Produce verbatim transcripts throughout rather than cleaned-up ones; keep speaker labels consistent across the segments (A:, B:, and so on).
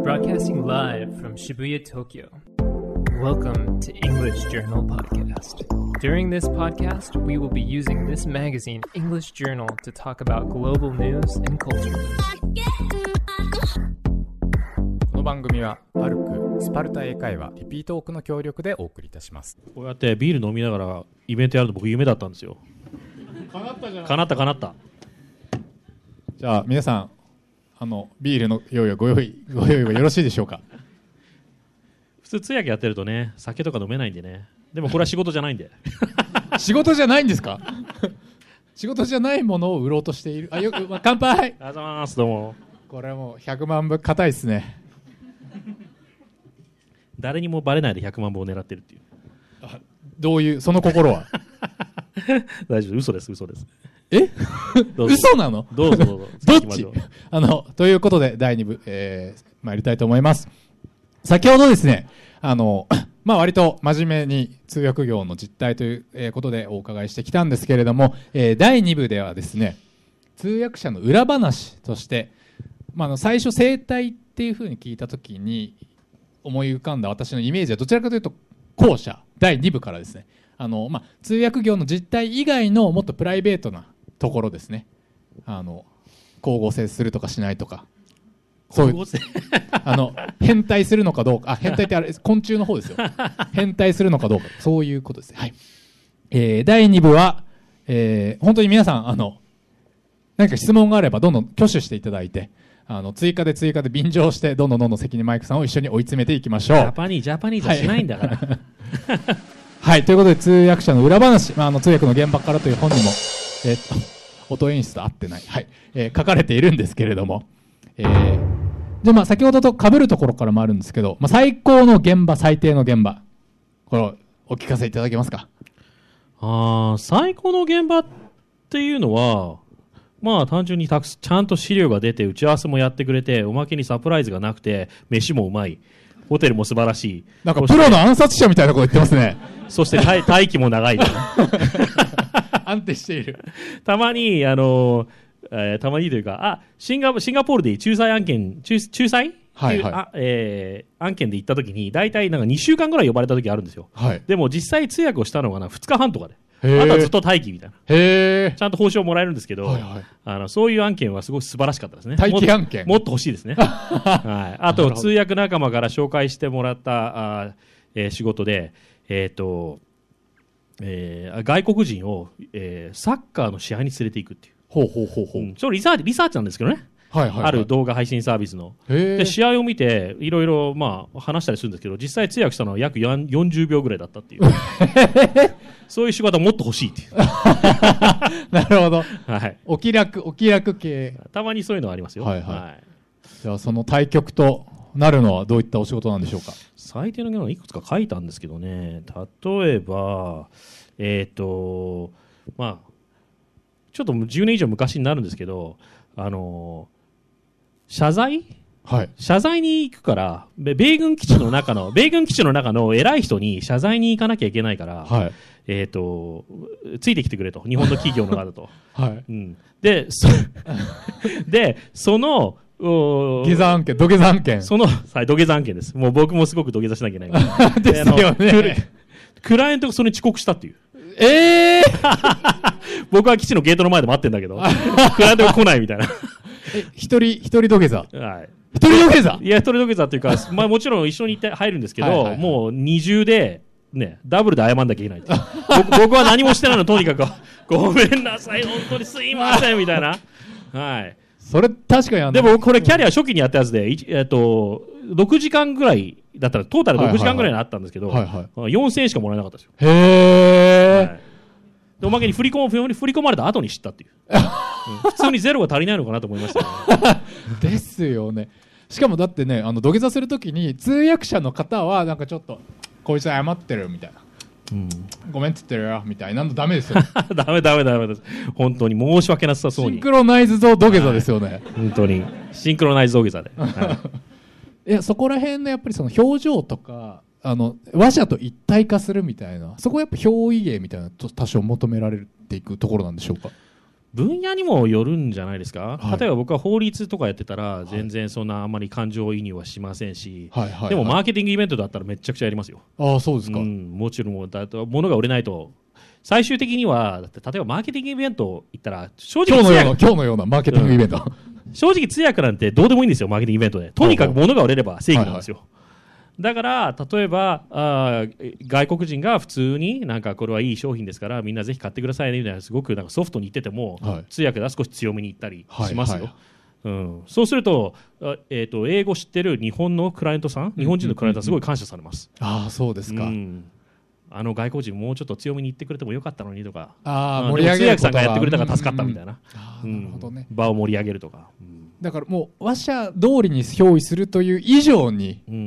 A: Broadcasting live from Shibuya, Tokyo. Welcome to English Journal Podcast. During this podcast, we will be using this magazine, English Journal, to talk about global news and culture.
B: この番組はパルクスパルタ英会話リピートオークの協力でお送りいたします。
C: こうやってビール飲みながらイベントやるの僕夢だったんですよ。叶ったじゃん。叶った叶った。
D: じゃあ皆さん、あのビールの用意はご用意ご用意はよろしいでしょうか。
C: 普通通訳やってるとね、酒とか飲めないんでね。でもこれは仕事じゃないんで。
D: 仕事じゃないんですか。仕事じゃないものを売ろうとしている。あ、よく、まあ、乾杯。あり
C: がとうございます。どうも。
D: これはもうひゃくまんぶ硬いですね。
C: 誰にもバレないでひゃくまんぶを狙ってるっていう。
D: あ、どういうその心は。
C: 大丈夫、嘘です嘘です。
D: え嘘なの。
C: どうぞどうぞ。
D: どっち。あのということでだいに部、えー、参りたいと思います。先ほどですね、あのまあ割と真面目に通訳業の実態という、えー、ことでお伺いしてきたんですけれども、えー、だいに部ではですね、通訳者の裏話として、まあ、あの最初生態っていうふうに聞いたときに思い浮かんだ私のイメージはどちらかというと後者だいに部からですね、あの、まあ、通訳業の実態以外のもっとプライベートなところですね。あの光合成するとかしないとか、そういうあの変態するのかどうか、あ、変態ってあれ昆虫の方ですよ。変態するのかどうか、そういうことですね。はい。えー、だいに部は、えー、本当に皆さんあの何か質問があればどんどん挙手していただいて、あの追加で追加で便乗してどんどんどんどん関根マイクさんを一緒に追い詰めていきましょう。ジ
C: ャパニーズジャパニーズはしないんだから。はい、
D: はい、ということで通訳者の裏話、まあ、あの通訳の現場からという本にも、えー、っと音演出と合ってない、はい、えー、書かれているんですけれども、えー、じゃあまあ先ほどと被るところからもあるんですけど、まあ、最高の現場最低の現場、これをお聞かせいただけますか。
C: あ、最高の現場っていうのはまあ単純にたくちゃんと資料が出て打ち合わせもやってくれて、おまけにサプライズがなくて飯もうまい、ホテルも素晴らしい、
D: なんかプロの暗殺者みたいなこと言ってますね。
C: そして待待機も長い。
D: 安定している。
C: たまにあの、えー、たまにというか、あ、シンガシンガポールで仲裁案件仲仲裁
D: はいはい、
C: あえー、案件で行った時に大体なんかにしゅうかんぐらい呼ばれた時あるんですよ。はい、でも実際通訳をしたのがなふつかはんとかで、あとはずっと待機みたいな。へ、ちゃんと報酬をもらえるんですけど、はいはい、あのそういう案件はすごく素晴らしかったですね。
D: 待機案件 も,
C: もっと欲しいですね。はい、あと通訳仲間から紹介してもらったあ、えー、仕事で、えーとえー、外国人を、えー、サッカーの試合に連れていくっていう。
D: ほうほうほうほう。うん、
C: ちょっとリサーチ、リサーチなんですけどね。はいはいはい、ある動画配信サービスので試合を見ていろいろまあ話したりするんですけど、実際通訳したのは約よんじゅうびょうぐらいだったっていう。そういう仕事はもっと欲しいっていう。
D: なるほど。
C: はい。
D: お気楽お気楽系。
C: たまにそういうのはありますよ。はいはい。はい、
D: じゃあその対局となるのはどういったお仕事なんでしょうか。
C: 最低のものいくつか書いたんですけどね。例えばえっ、ー、とまあちょっとじゅうねん以上昔になるんですけど、あのー。謝罪、はい、謝罪に行くから、米軍基地の中の米軍基地の中の偉い人に謝罪に行かなきゃいけないから、はい、えっ、ー、とついてきてくれと、日本の企業の方と、はい、うん、でそでその
D: 下山案件、土下座案件、
C: そのはい土下座案件です。もう僕もすごく土下座しなきゃいけない
D: ですよね。
C: クライアントがそれに遅刻したっていう。
D: えー、
C: 僕は基地のゲートの前で待ってんだけど、クライアントが来ないみたいな。
D: え、一人、一人土下座。はい。一人土下座。
C: いや、一人土下座っていうか、まあもちろん一緒に行って入るんですけど、はいはいはい、もう二重で、ね、ダブルで謝んなきゃいけない。僕, 僕は何もしてないの、とにかく、ごめんなさい、本当にすいません、みたいな。はい。
D: それ確かにあの
C: でもこれキャリア初期にやったやつで、えっと、ろくじかんぐらいだったら、トータルろくじかんぐらいになったんですけど、はいはいはい、よんせんえんしかもらえなかったですよ。
D: へー。はい、
C: でおまけに振り込振り込まれた後に知ったっていう。うん、普通にゼロが足りないのかなと思いました、ね。
D: ですよね。しかもだってね、あの土下座するときに通訳者の方はなんかちょっとこいつ謝ってるみたいな、うん、ごめんって言ってるよみたいなのダメですよ。
C: ダメダメダメです。本当に申し訳なさそうに。
D: シンクロナイズド土下座ですよね。はい、
C: 本当にシンクロナイズ土下座で。はい、
D: いやそこら辺のやっぱりその表情とか。あの話者と一体化するみたいな、そこはやっぱ憑依芸みたいなと多少求められていくところなんでしょうか。
C: 分野にもよるんじゃないですか、
D: はい、
C: 例えば僕は法律とかやってたら全然そんなあんまり感情移入はしませんし、
D: はいはいはい、
C: でもマーケティングイベントだったらめちゃくちゃやりますよ。
D: ああそうですか、
C: うん、もちろんだと物が売れないと最終的にはだって例えばマーケティングイベント行ったら正直
D: 今日のような今日のようなマーケティングイベント、うん、
C: 正直通訳なんてどうでもいいんですよマーケティングイベントで。とにかく物が売れれば正義なんですよ、はいはい、だから例えばあ外国人が普通になんかこれはいい商品ですからみんなぜひ買ってくださいねみたいなすごくなんかソフトに言ってても、はい、通訳では少し強めに言ったりしますよ、はいはいうん、そうすると、えーと英語知ってる日本のクライアントさん日本人のクライアントさんすごい感謝されます、
D: うんうんうん、ああそうですか、
C: うんあの外国人もうちょっと強めに言ってくれてもよかったのにとか
D: あ盛り上げることが
C: 通訳さんがやってくれたから助かったみたいな、
D: うんうん、なるほどね、
C: 場を盛り上げるとか、うん、
D: だからもう話者通りに憑依するという以上に、うん、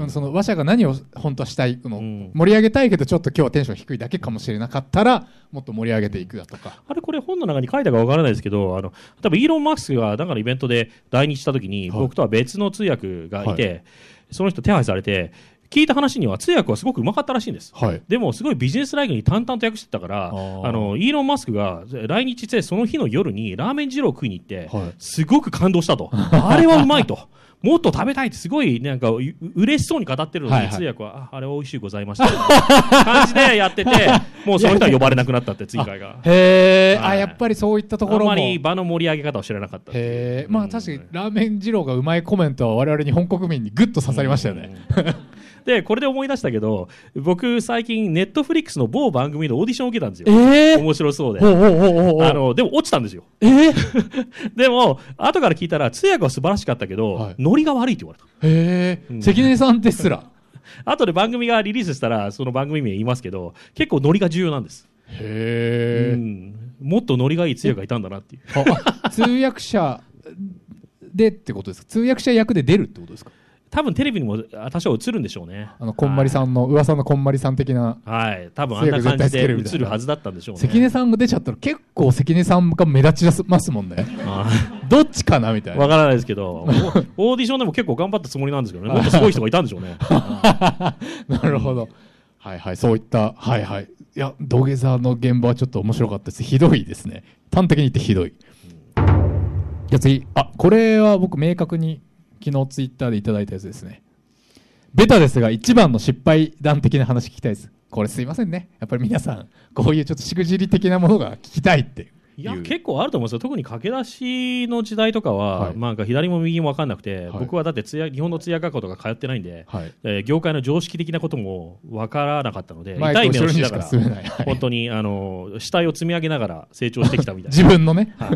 D: その話者が何を本当はしたいの、うん、盛り上げたいけどちょっと今日はテンション低いだけかもしれなかったらもっと盛り上げていくだとか、
C: あれこれ本の中に書いたかわからないですけどあの多分イーロン・マスクがだからイベントで来日した時に、はい、僕とは別の通訳がいて、はい、その人手配されて聞いた話には通訳はすごくうまかったらしいんです、はい、でもすごいビジネスライクに淡々と訳してたからあのイーロン・マスクが来日してその日の夜にラーメン二郎食いに行って、はい、すごく感動したとあれはうまいともっと食べたいってすごいなんか嬉しそうに語ってるのに、はいはい、通訳は あ, あれは美味しいございましたみたいな感じでやっててもうその人は呼ばれなくなったって次回が
D: へー、はい、あやっぱりそういったところも
C: あんまり場の盛り上げ方を知らなかった
D: へー、まあ確かにラーメン二郎がうまいコメントは我々日本国民にグッと刺さりましたよね
C: でこれで思い出したけど僕最近ネットフリックスの某番組のオーディションを受けたんですよ、
D: えー、
C: 面白そうで
D: おうおうおうおう
C: あのでも落ちたんですよ、
D: えー、
C: でも後から聞いたら通訳は素晴らしかったけど、はい、ノリが悪いって言われた
D: へー、うん、関根さんですら
C: 後で番組がリリースしたらその番組名言いますけど結構ノリが重要なんです。
D: へー、うん、
C: もっとノリがいい通訳がいたんだなっていう
D: 通訳者でってことですか通訳者役で出るってことですか
C: 多分テレビにも多少映るんでしょうね。
D: あのこんまりさんの噂のこんまりさん的な
C: はい多分あんな感じで映るはずだったんでしょうね。
D: 関根さんが出ちゃったら結構関根さんが目立ちますもんねどっちかなみたいな
C: わからないですけどオーディションでも結構頑張ったつもりなんですけどねもっとすごい人がいたんでしょうね
D: なるほど、うん、はいはいそういったはいはいいや土下座の現場はちょっと面白かったです。ひどいですね端的に言ってひどい、うん、じゃあ次あこれは僕明確に昨日ツイッターでいただいたやつですね。ベタですが一番の失敗談的な話聞きたいです。これすいませんねやっぱり皆さんこういうちょっとしくじり的なものが聞きたいっていう
C: いや結構あると思うんですよ。特に駆け出しの時代とかは、はい、なんか左も右も分かんなくて、はい、僕はだって通訳日本の通訳学校とか通ってないんで、はいえー、業界の常識的なことも分からなかったので痛い目をしながら、はい、本当にあの死体を積み上げながら成長してきたみたいな
D: 自分のね、
C: はい、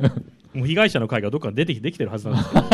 C: もう被害者の会がどっかに出てきてきてるはずなん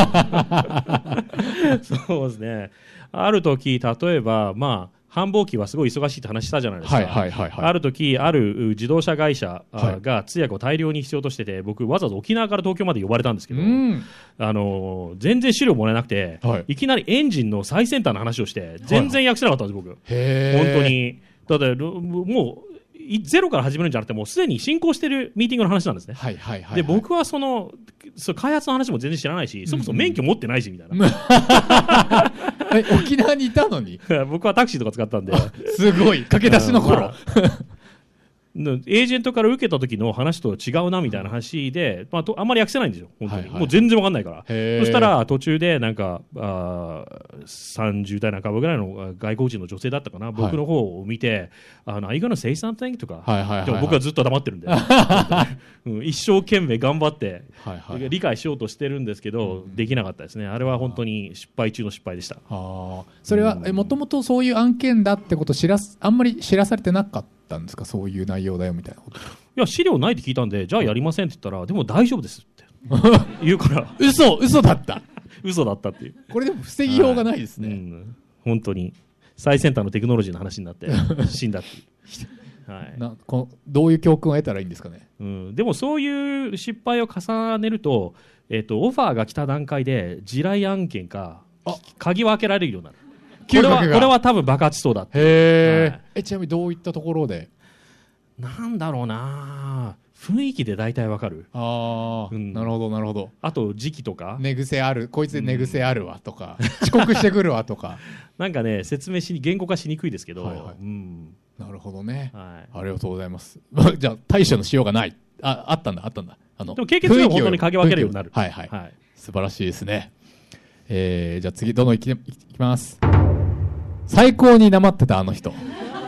C: ですけどそうですねある時例えばまあ繁忙期はすごい忙しいって話したじゃないですか、はいはいはいはい、ある時ある自動車会社が通訳を大量に必要としてて僕わざわざ沖縄から東京まで呼ばれたんですけど、うん、あの全然資料もらえなくて、はい、いきなりエンジンの最先端の話をして全然訳せなかったんです僕、はい、本当にだってもうゼロから始めるんじゃなくてもうすでに進行しているミーティングの話なんですね、はいはいはいはい、で僕はそのそ開発の話も全然知らないし、うんうん、そもそも免許持ってないしみたいな
D: え沖縄にいたのに
C: 僕はタクシーとか使ったんです
D: ごい駆け出しの頃、まあ
C: エージェントから受けた時の話と違うなみたいな話で、まあ、とあんまり訳せないんですよ本当に、はいはい、もう全然わかんないからそしたら途中でなんかあさんじゅう代半ばぐらいの外国人の女性だったかな、はい、僕の方を見てあの Are you gonna say something? とか、はいはいはいはい、でも僕はずっと黙ってるんで、うん、一生懸命頑張って、はいはい、理解しようとしてるんですけど、うん、できなかったですね。あれは本当に失敗中の失敗でした。
D: あそれはもともとそういう案件だってことを知らすあんまり知らされてなかったんですか。そういう内容だよみたいなこと。い
C: や資料ないって聞いたんでじゃあやりませんって言ったらでも大丈夫ですって言うから
D: 嘘嘘だった
C: 嘘だったっていう。
D: これでも防ぎようがないですね、はいうん、
C: 本当に最先端のテクノロジーの話になって死んだっていうはい、
D: なこのどういう教訓を得たらいいんですかね、
C: うん、でもそういう失敗を重ねると、えーと、オファーが来た段階で地雷案件か鍵を開けられるようになる。これはこれは多分爆発しそうだって。
D: へ、はい、えちなみにどういったところで
C: なんだろうな雰囲気で大体わかる。
D: あ、うん、なるほどなるほど。
C: あと時期とか
D: 寝癖あるこいつ寝癖あるわとか、うん、遅刻してくるわとか
C: なんかね説明しに言語化しにくいですけど、はいはい、うん、
D: なるほどね、
C: はい、
D: ありがとうございますじゃあ対処のしようがないあ、あったんだ、あったんだ。あの、
C: でも経験すれば本当に嗅ぎ分けるようになる。
D: はいはい。
C: はい。
D: 素晴らしいですね。えー、じゃあ次、どんどんいき、いきます。最高になまってたあの人。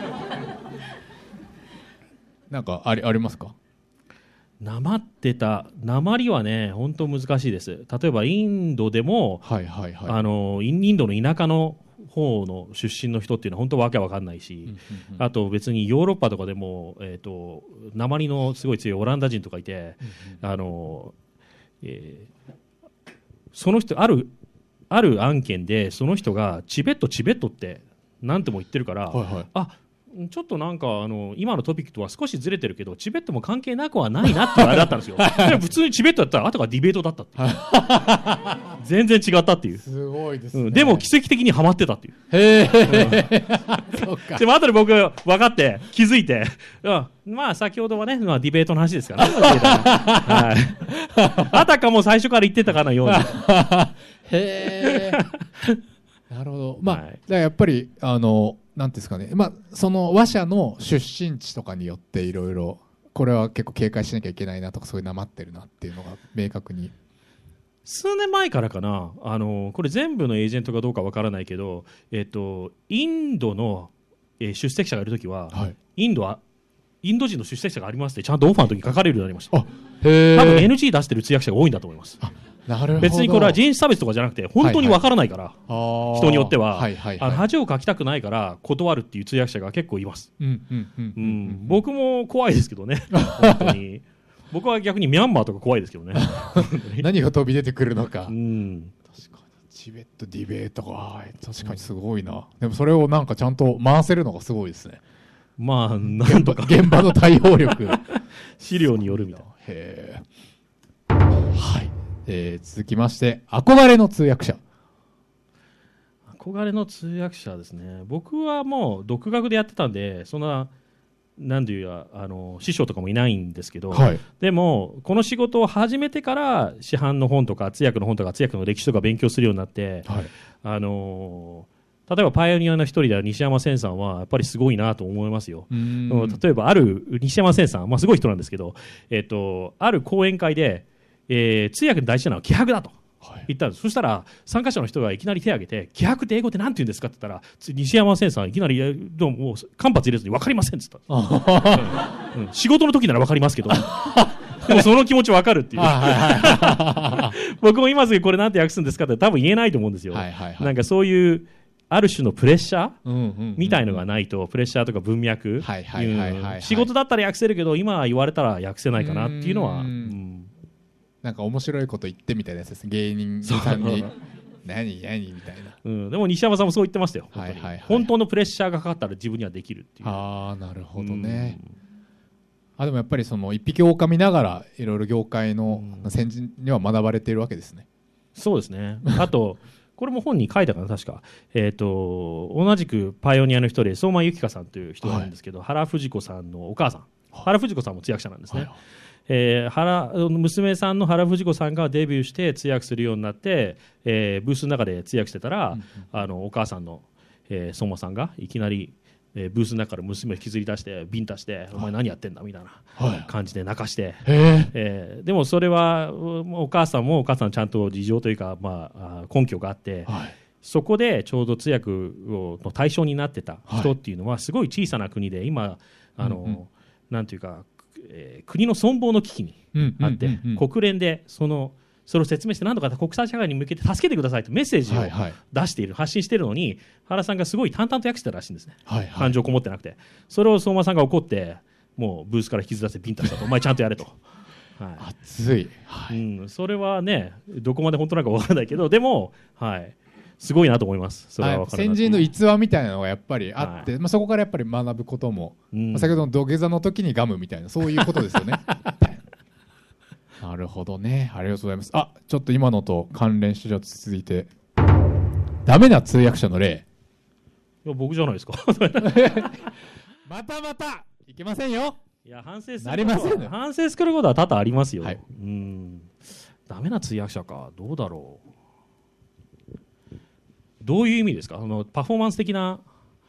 D: なんかあり、ありますか？
C: なまってた、なまりはね、本当難しいです。例えばインドでも、
D: はいはいはい。
C: あのインドの田舎の方の出身の人っていうのは本当わけわかんないし、
D: うんうんうん、
C: あと別にヨーロッパとかでも、えーと、なまりのすごい強いオランダ人とかいて、
D: うんうん、
C: あのえー、その人あるある案件でその人がチベットチベットって何ても言ってるから、
D: はいはい、
C: あちょっとなんかあの今のトピックとは少しずれてるけどチベットも関係なくはないなってあれだったんですよ。でも普通にチベットだったら後がディベートだったっていう全然違ったっていう。
D: すごいですね、
C: うん、でも奇跡的にハマってたっていう。
D: へー、そうか。
C: でも後で僕分かって気づいて、うん、まあ先ほどはね、まあ、ディベートの話ですからね、はい、あたかも最初から言ってたかのように
D: へーなるほど。まあ、
C: はい、
D: だやっぱりあのなんですかね、まあ、その話者の出身地とかによっていろいろこれは結構警戒しなきゃいけないなとかそういうなまってるなっていうのが明確に
C: 数年前からかな、あのこれ全部のエージェントかどうかわからないけど、えっと、インドの、えー、出席者がいるときは、はい、インドはインド人の出席者がありますってちゃんとオファーの時に書かれるようになりました。あ、へー、多分 エヌジー 出してる通訳者が多いんだと思います。あ、なるほど。別にこれは人種差別とかじゃなくて本当にわからないから、はいはい、人によっては、はいはいはい、あの恥をかきたくないから断るっていう通訳者が結構います。僕も怖いですけどね本当に僕は逆にミャンマーとか怖いですけどね
D: 何が飛び出てくるのか、うん、確かにチベットディベートが確かにすごいな、うん、でもそれをなんかちゃんと回せるのがすごいですね。
C: まあなんとか
D: 現場の対応力
C: 資料によるみたいな。
D: へー、はい、えー、続きまして憧れの通訳者。
C: 憧れの通訳者ですね。僕はもう独学でやってたんでそんななんていうやあの師匠とかもいないんですけど、はい、でもこの仕事を始めてから市販の本とか通訳の本とか通訳の歴史とか勉強するようになって、はい、あの例えばパイオニアの一人である西山千さんはやっぱりすごいなと思いますよ。例えばある西山千さん、まあ、すごい人なんですけど、えっと、ある講演会で、えー、通訳に大事なのは気迫だと言ったんです。そしたら参加者の人がいきなり手を挙げて気迫って英語って何て言うんですかって言ったら西山千さんいきなりどうも間髪入れずに分かりませんって言ったうんうん、仕事の時なら分かりますけどでもその気持ち分かるっていう僕も今すぐこれなんて訳すんですかって多分言えないと思うんですよ、はいはいはい、なんかそういうある種のプレッシャーみたいのがないとプレッシャーとか文脈仕事だったら訳せるけど今言われたら訳せないかなっていうのは、うん、
D: なんか面白いこと言ってみたいなやつですね。芸人さんに何何みたいな、
C: うん、でも西山さんもそう言ってましたよ。本当に、はいはいはい、本当のプレッシャーがかかったら自分にはできるっていう。
D: ああなるほどね、うん、あでもやっぱりその一匹狼見ながらいろいろ業界の先人には学ばれているわけですね、
C: うん、そうですね。あとこれも本に書いたかな確か、えー、と同じくパイオニアの一人で相馬由紀香さんという人なんですけど、はい、原藤子さんのお母さん、はい、原藤子さんも通訳者なんですね、はい、えー、原娘さんの原藤子さんがデビューして通訳するようになって、えー、ブースの中で通訳してたら、うんうん、あのお母さんの、えー、相馬さんがいきなり、えー、ブースの中から娘を引きずり出してビンタして、はい、お前何やってんだみたいな感じで泣かして、はい、えー、でもそれはお母さんもお母さんちゃんと事情というか、まあ、根拠があって、はい、そこでちょうど通訳の対象になってた人っていうのはすごい小さな国で今あの、うんうん、なんていうかえー、国の存亡の危機にあって、うんうんうんうん、国連でそのそれを説明して何とか国際社会に向けて助けてくださいとメッセージを出している、はいはい、発信しているのに原さんがすごい淡々と訳してたらしいんですね、はいはい、感情こもってなくてそれを相馬さんが怒ってもうブースから引きずらせてビンタしたとお前ちゃんとやれと、
D: はい、熱い、はい、
C: うん、それはねどこまで本当なのか分からないけどでも、はい、すごいなと思います。それは分からない。
D: 先人の逸話みたいなのがやっぱりあって、はい、まあ、そこからやっぱり学ぶことも、うん、先ほどの土下座の時にガムみたいなそういうことですよねなるほどね、ありがとうございます。あ、ちょっと今のと関連して続いてダメな通訳者の例。
C: いや僕じゃないですか
D: またまたいけませんよ。
C: いや反省することは反省することは多々ありますよ、はい、うん、ダメな通訳者かどうだろう。どういう意味ですか。そのパフォーマンス的な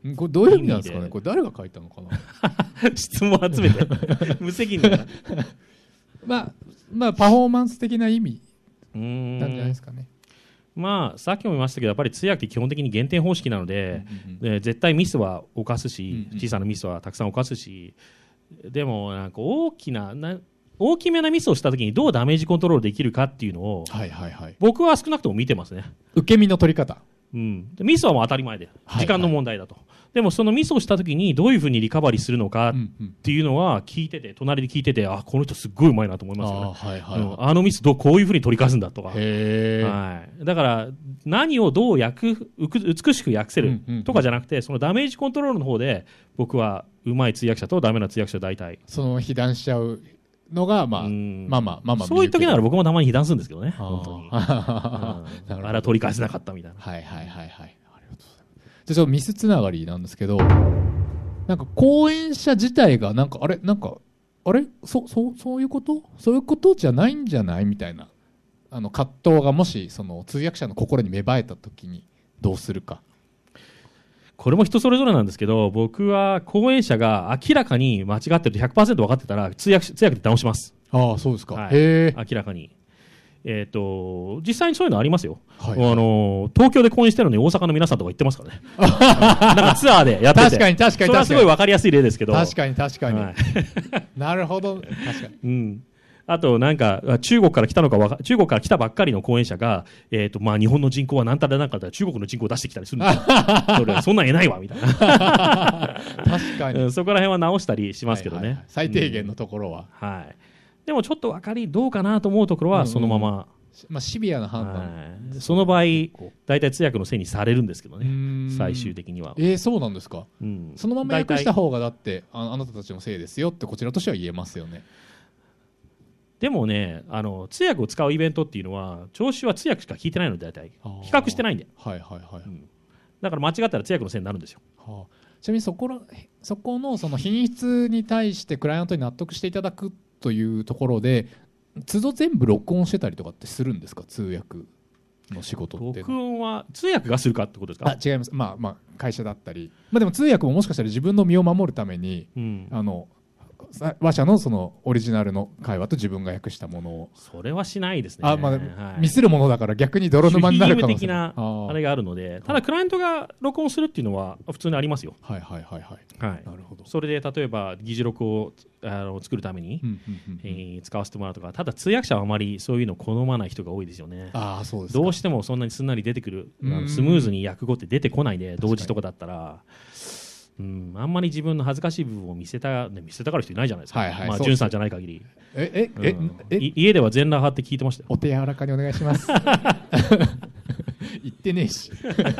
D: これどういう意味なんですかね。これ誰が書いたのかな。
C: 質問集めて無責任な
D: まあまあパフォーマンス的な意味
C: うーん
D: なんじゃないですかね。
C: まあ、さっきも言いましたけどやっぱり通訳って基本的に減点方式なので、
D: うんうんうん
C: えー絶対ミスは犯すし、
D: うんうん
C: 小さなミスはたくさん犯すし、でもなんか大きなな大きめなミスをしたときにどうダメージコントロールできるかっていうのを
D: はいはいはい。
C: 僕は少なくとも見てますね。
D: 受け身の取り方。
C: うん、でミスはもう当たり前で
D: はい
C: 時間の問題だと、でもそのミスをしたときにどういうふうにリカバリーするのかっ
D: うんうん
C: ていうのは聞いてて隣で聞いてて、あこの人すっごいうまいなと思いますよね。
D: あーはいはい
C: うんあのミスどうこういうふうに取り返すんだとか、
D: へえ。
C: はい、だから何をどう訳うく美しく訳せる
D: うんうんうん
C: とかじゃなくて、そのダメージコントロールの方で僕はうまい通訳者とダメな通訳者大体、
D: その被弾しちゃうのがまあ
C: うん
D: まあまあまあまあ
C: そういう時なら
D: 僕
C: 僕もたまに被弾するんですけどね、
D: あー
C: 本当に、
D: なる
C: うん
D: ほど
C: あれは取り返せなかったみたいな。
D: はいはいはいはい。ありがとうございます。じゃあちょっとミスつながりなんですけど、なんか講演者自体がなんかあれなんかあれそそうそういうことそういうことじゃないんじゃないみたいなあの葛藤がもしその通訳者の心に芽生えた時にどうするか。
C: これも人それぞれなんですけど、僕は講演者が明らかに間違ってると ひゃくパーセント 分かってたら通訳通訳で直します。
D: ああそうですか。
C: はい
D: へえ。
C: 明らかに。えっ、と実際にそういうのありますよ。
D: はい
C: あの東京で講演してるのに大阪の皆さんとか言ってますからね。なんかツアーでやってて。
D: 確かに確かに
C: それはすごい
D: 確かに
C: 分かりやすい例ですけど。
D: 確かに確かに、
C: はい
D: なるほど確かに。
C: うん。あとなんか中国から来たのかわか中国から来たばっかりの講演者が、えーとまあ、日本の人口は何たらなんかだ中国の人口を出してきたりするんですよ。それそんなん得ないわみたいな。
D: 確かに、
C: うんそこら辺は直したりしますけどね。
D: はいはいはい最低限のところは、
C: うんはい。でもちょっと分かりどうかなと思うところはそのまま、
D: まあ、シビアな判断、
C: はいその場合大体通訳のせいにされるんですけど
D: う
C: ね、
D: ーん
C: 最終的には。
D: えー、そうなんですか。
C: うん
D: そのまま訳
C: 大体
D: した方がだってああなたたちのせいですよってこちらとしては言えますよね。
C: でもねあの通訳を使うイベントっていうのは聴衆は通訳しか聞いてないので大体
D: あー
C: 比較してないんで、
D: はいはいはい、
C: うんだから間違ったら通訳のせいになるんですよ。
D: はあ、ちなみにそこらそこのその品質に対してクライアントに納得していただくというところで都度全部録音してたりとかってするんですか、通訳の仕事って。
C: 録音は通訳がするかってことですか？
D: あ違います、まあまあ会社だったり、まあ、でも通訳ももしかしたら自分の身を守るために
C: うん、
D: あのさ話者のそのオリジナルの会話と自分が訳したものを、
C: それはしないですね。
D: あまあ
C: はい
D: ミスるものだから逆に泥沼になるかもし
C: 守秘義
D: れない。
C: 務的な
D: あー
C: あれがあるので、ただクライアントが録音するっていうのは普通にありますよ。
D: はいはいはいはい。
C: はい。
D: なるほど。
C: それで例えば議事録をあの作るために、
D: うんうんうんうん
C: えー使わせてもらうとか、ただ通訳者はあまりそういうのを好まない人が多いですよね。
D: ああそうですか。
C: どうしてもそんなにすんなり出てくる、あ
D: うん
C: のスムーズに訳語って出てこないで、同時とかだったら、うん、あんまり自分の恥ずかしい部分を見せた、ね、見せたがる人いないじゃないですか。
D: はいはい
C: まあ、
D: そうです
C: ジュンさんじゃない限り。
D: えええ
C: うん
D: え
C: い家では全裸派って聞いてましたよ。
D: お手柔らかにお願いします。言ってねえし。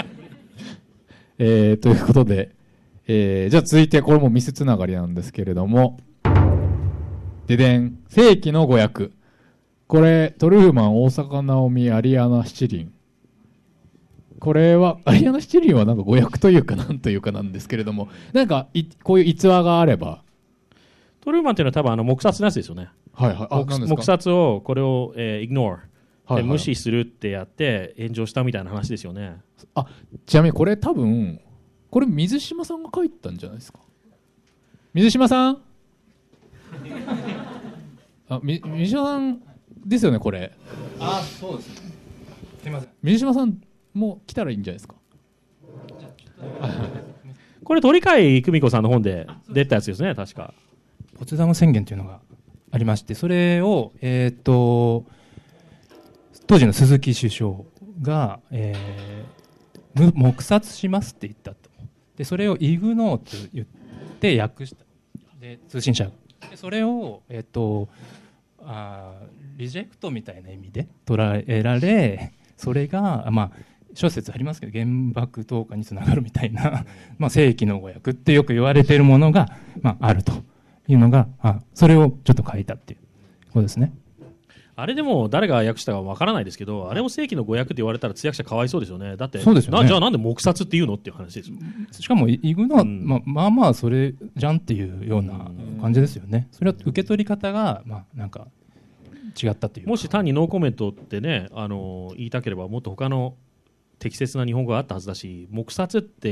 D: えー、ということで、えー、じゃあ続いてこれもミスつながりなんですけれども、ででん、世紀の語訳。これ、トルーマン、大阪直美、アリアナ・七輪。これは、アリアナ・七輪はなんか語訳というかなんというかなんですけれども、なんかいこういう逸話があれば、
C: トルーマンっていうのは多分あの黙殺のやつですよね。
D: はいはい、あ、
C: 黙
D: 何ですか。
C: 黙殺をこれを、えー、ignore
D: はいはい
C: で無視するってやって炎上したみたいな話ですよね。
D: あ、ちなみにこれ多分これ水島さんが書いたんじゃないですか。水島さんあ、み水島さんですよねこれ。
E: あ、そうですね。すみません。
D: 水島さんも来たらいいんじゃないですか。
C: これ鳥飼久美子さんの本で出たやつですね、確か。
E: ポツダム宣言というのがありまして、それを、えー、と当時の鈴木首相が、えー、黙殺しますって言ったと。でそれをイグノーと言って訳したで通信社でそれを、えー、とあリジェクトみたいな意味で捉えられ、それが、まあ、諸説ありますけど原爆投下につながるみたいな、まあ、世紀の語訳ってよく言われているものが、まあ、あるというのが、あそれをちょっと書いたっていうことですね。
C: あれでも誰が訳したかわからないですけど、あれを正規の語訳って言われたら通訳者かわいそうですよね。だって
E: そうですよね
C: なじゃあなんで黙殺って言うのっていう話ですよ。
E: しかもイグノは、
C: うん
E: まあ、まあまあそれじゃんっていうような感じですよね。それは受け取り方が、まあ、なんか違ったというか。
C: もし単にノーコメントってね、あの言いたければもっと他の適切な日本語があったはずだし、黙殺って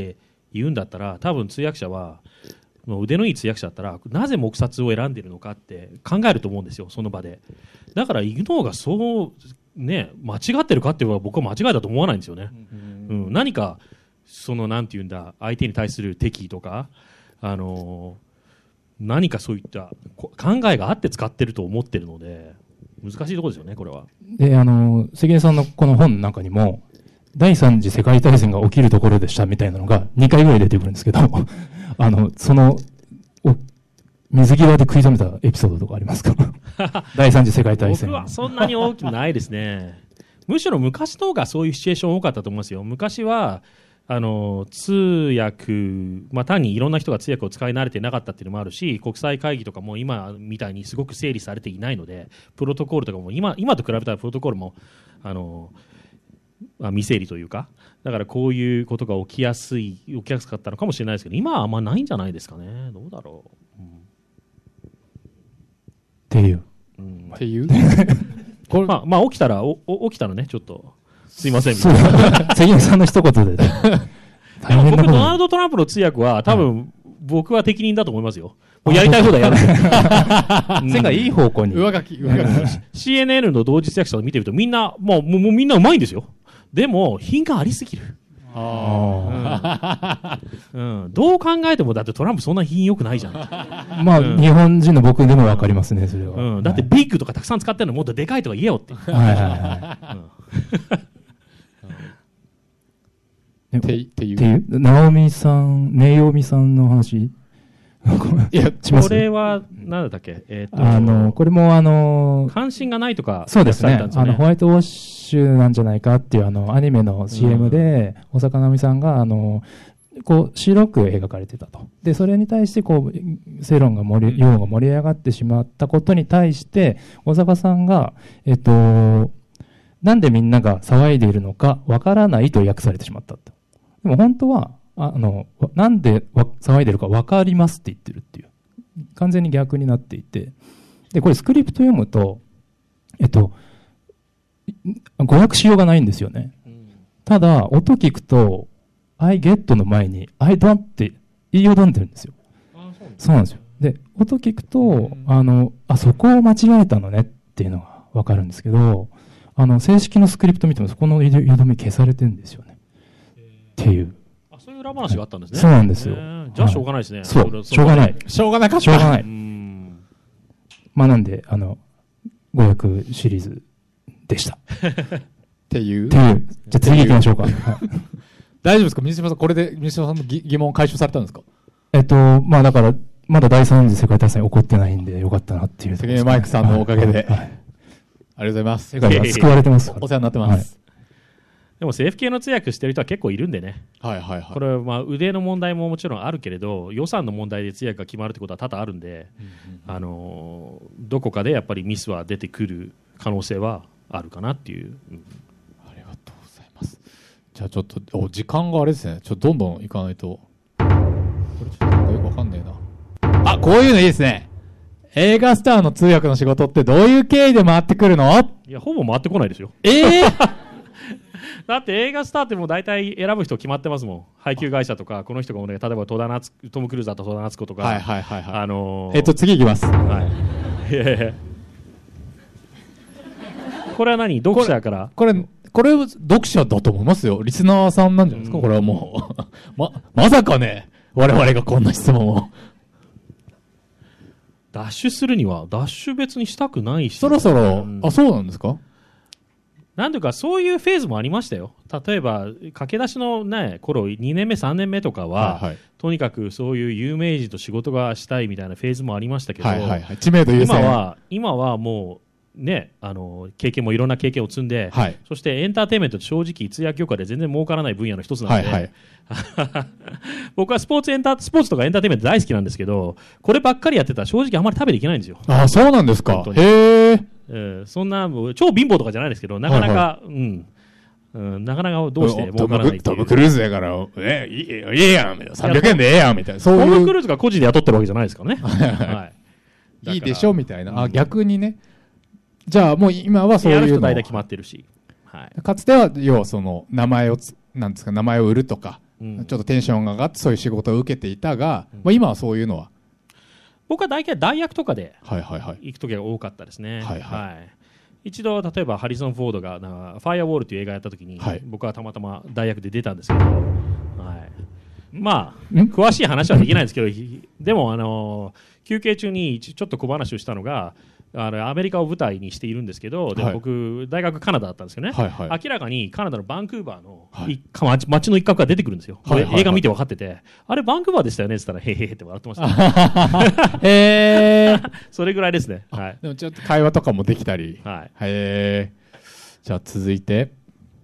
C: 言うんだったら、多分通訳者はもう腕のいい通訳者だったらなぜ黙殺を選んでいるのかって考えると思うんですよ、その場で。だからイグノーがそうね間違ってるかっていうのは僕は間違いだと思わないんですよね。うん、何かそのなんていうんだ相手に対する敵意とか、あのー、何かそういった考えがあって使ってると思ってるので難しいところですよね、これは。
E: で、あの関根さんのこの本の中にも第三次世界大戦が起きるところでしたみたいなのがにかいぐらい出てくるんですけどあのその水際で食い止めたエピソードとかありますか第三次世界大戦。
C: 僕はそんなに大きくないですねむしろ昔の方がそういうシチュエーション多かったと思いますよ。昔はあの通訳、まあ、単にいろんな人が通訳を使い慣れてなかったっていうのもあるし、国際会議とかも今みたいにすごく整理されていないので、プロトコールとかも 今, 今と比べたらプロトコールもあの未整理というか、だからこういうことが起きやすい起きやすかったのかもしれないですけど、今はあんまないんじゃないですかね。どうだろう、うん、
E: っていう、
D: うん、っていう
C: これ、まあ、まあ起きたらおお起きたらねちょっとすいませんみ
E: たいな関根さんの一言で、ね、
C: でも僕ドナルド・トランプの通訳は多分、はい、僕は適任だと思いますよ。もうやりたい放題やる
E: 世界いい方向に
D: 上書き上書き
C: シーエヌエヌ の同時通訳者を見てるとみんなもう、もうみんなうまいんですよ。でも品がありすぎる。あ、うんうん、どう考えてもだってトランプそんな品良くないじゃん
E: まあ、うん、日本人の僕でも分かりますねそれは、
C: うん、だってビッグとかたくさん使ってるのもっとでかいとか言えよってはいはいはい、
E: うん、ってっていう直美さんネイオミさんの話
C: いやこれは何だったっけ、えー、と
E: あのこれもあの
C: 関心がないとか
E: そうですね、あのホワイトウォッシュなんじゃないかっていうあのアニメの シーエム で、うん、大坂なおみさんがあのこう白く描かれてたと。でそれに対してこう世論が盛り世論が盛り上がってしまったことに対して大坂さんがえっとなんでみんなが騒いでいるのかわからないと訳されてしまったと。でも本当はあのなんで騒いでるか分かりますって言ってるっていう完全に逆になっていて、でこれスクリプト読むとえっと語訳しようがないんですよね、うん、ただ音聞くと I get の前に I don't って言いよどんでるんですよ。あ、そうですね、そうなんですよ。で音聞くと、うん、あのあそこを間違えたのねっていうのが分かるんですけど、あの正式のスクリプト見てもそこのよどみ消されてるんですよねっていう。
C: そういう裏話があったんですね。
E: そうなんですよ。
C: じゃあしょうがないですね。
E: そう、しょうがない。
D: しょうがなかった。
E: しょうがない。まあなんで、あの、語訳シリーズでした。
D: っていう。
E: っていう。じゃあ次行きましょうか。
D: 大丈夫ですか、水島さん、これで水島さんの疑問解消されたんですか？
E: えっと、まあだから、まだ第三次世界大戦起こってないんでよかったなっていう。
D: 関根マイクさんのおかげで。ありがとうございます。
E: 世界が救われてます。
D: お世話になってます。
C: でも政府系の通訳してる人は結構いるんでね、
D: はいはいはい、
C: これはまあ腕の問題ももちろんあるけれど予算の問題で通訳が決まるってことは多々あるんで、うんうんうん、あのどこかでやっぱりミスは出てくる可能性はあるかなっていう、うん、
D: ありがとうございます。じゃあちょっとお時間があれですね、ちょっとどんどんいかないとこれちょっとなんかよくわかんねえなあ。こういうのいいですね。映画スターの通訳の仕事ってどういう経緯で回ってくるの？
C: いやほぼ回ってこないですよ。
D: ええー
C: だって映画スターってもう大体選ぶ人決まってますもん。配給会社とかこの人が、ね、例えば戸田夏トム・クルーズだと戸田夏子とか、
D: はいはいはいはい、
C: あのー、
D: えっと次いきます、
C: はい、いやいやこれは何読者から
D: これこれこれ読者だと思いますよ。リスナーさんなんじゃないですか、うん、これはもうままさかね我々がこんな質問を
C: ダッシュするにはダッシュ別にしたくないし
D: そろそろ、うん、あそうなんですか。
C: なんというかそういうフェーズもありましたよ。例えば駆け出しの、ね、頃にねんめさんねんめとかは、はいはい、とにかくそういう有名人と仕事がしたいみたいなフェーズもありましたけど、はいはいはい、
D: 知名度優先。
C: 今は今はもう、ね、あの経験もいろんな経験を積んで、はい、そしてエンターテインメントって正直通訳業界で全然儲からない分野の一つなので、はいはい、僕はスポーツエンタスポーツとかエンターテインメント大好きなんですけど、こればっかりやってたら正直あんまり食べていけないんですよ。
D: あ、そうなんですか。へー。
C: えー、そんな超貧乏とかじゃないですけど、なかなか、はいはい、うんうん、なかなかどうして儲からないっていう。
D: トム・クルーズやから、え、いい、いいやん、さんびゃくえんでええやん、みたいな。
C: そういう。トム・クルーズが個人で雇ってるわけじゃないですからね。
D: はい。いいでしょ、みたいな。あ、逆にね。じゃあもう今はそういうの。やる人
C: 大体決まってるし。
D: はい。かつては、要はその、名前をつ、なんですか、名前を売るとか、
C: うん、
D: ちょっとテンションが上がってそういう仕事を受けていたが、
C: うん、
D: まあ、今はそういうのは
C: 僕は大体大役とかで
D: はいはいはい
C: 行く時が多かったですね。
D: はいはい
C: はい、一度例えばハリソン・フォードがなファイアウォールという映画やった時に、はい、僕はたまたま大役で出たんですけど、はい、まあ詳しい話はできないんですけどでもあのー、休憩中にちょっと小話をしたのがあのアメリカを舞台にしているんですけど、で、はい、僕大学カナダだったんですよね、はいはい、明らかにカナダのバンクーバーの、はい、街の一角が出てくるんですよ、はいはいはい、映画見て分かってて、あれバンクーバーでしたよねって言ったらへへへって笑ってました、ね
D: えー、
C: それぐらいですね、はい、
D: でもちょっと会話とかもできたり、
C: はい、
D: へー、じゃあ続いて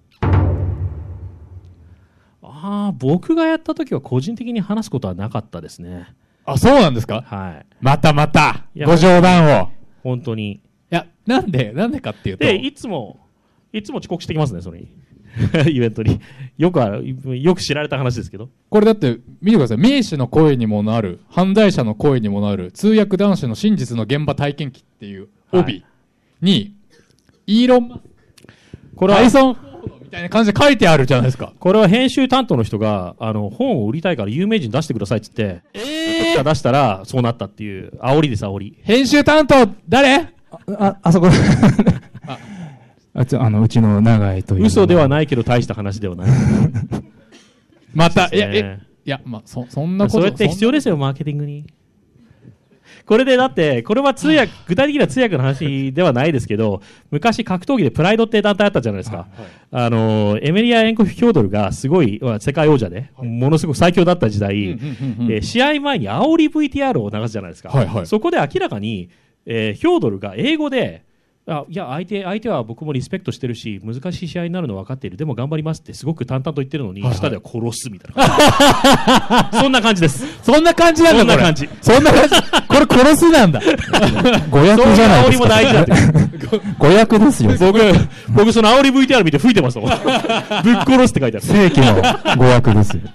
C: あ僕がやった時は個人的に話すことはなかったですね。
D: あ、そうなんですか。
C: はい、
D: またまたご冗談を。
C: 本当に。
D: いや、なんで、なんでかっていうと。
C: で、いつも、いつも遅刻してきますね、それに。イベントに。よくある、よく知られた話ですけど。
D: これだって、見てください。名手の声にもなる、犯罪者の声にもなる、通訳男子の真実の現場体験記っていう帯に、はい、イーロン・マスク、これは、タイソン・フォードみたいな感じで書いてあるじゃないですか。
C: これは編集担当の人が、あの、本を売りたいから有名人出してくださいって言って、えー、出したら、そうなったっていう、煽りです、煽り。
D: 編集担当、誰
E: あ、あそこああつあのうちの長井という
C: 嘘ではないけど大した話ではない
D: また、いや、え、いや、まあ、そ、そんなこと。
C: それって必要ですよ、マーケティングに。これでだって、これは通訳、具体的な通訳の話ではないですけど、昔格闘技でプライドって団体あったじゃないですか。はいはい、あの、エメリア・エンコフ・ヒョードルがすごい、世界王者で、はい、ものすごく最強だった時代、えー、試合前に煽り ブイティーアール を流すじゃないですか。はいはい、そこで明らかに、えー、ヒョードルが英語で、あいや相手、相手は僕もリスペクトしてるし難しい試合になるの分かっている、でも頑張りますってすごく淡々と言ってるのに、はいはい、下では殺すみたいなそんな感じです。
D: そんな感じなんだ。
C: そんな感じ。
D: そんな感じ。これ殺すなんだ。
E: 誤訳じゃないですか。
C: そういう煽りも大事だって
E: 誤訳ですよ。
C: 僕僕その煽り ブイティーアール 見て吹いてますもんぶっ殺すって書いてある。
E: 正規の誤訳ですよ。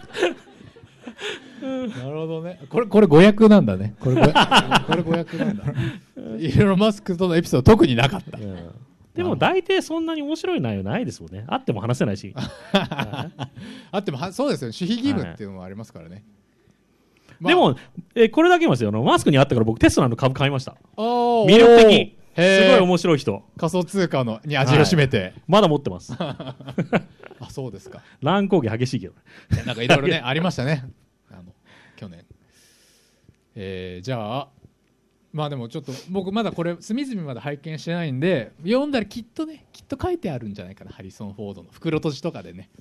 D: なるほどね。これ、これ誤訳なんだね。これ誤訳、これ誤訳なんだ。イーロン・マスクとのエピソード特になかった。うん、
C: でも大体そんなに面白い内容ないですもんね。あっても話せないし。
D: あってもは、そうですよね。守秘義務っていうのもありますからね。はい
C: まあ、でも、えこれだけ言いますよ。マスクにあったから僕テスラの株買いました。
D: 魅
C: 力的。すごい面白い人。
D: 仮想通貨のに味を占めて、はい、
C: まだ持ってます
D: あ、そうですか。
C: 乱高下激しいけど
D: なんかいろいろねありましたね、あの去年、えー、じゃあまあでもちょっと僕まだこれ隅々まで拝見してないんで、読んだらきっとねきっと書いてあるんじゃないかな、ハリソン・フォードの袋閉じとかでね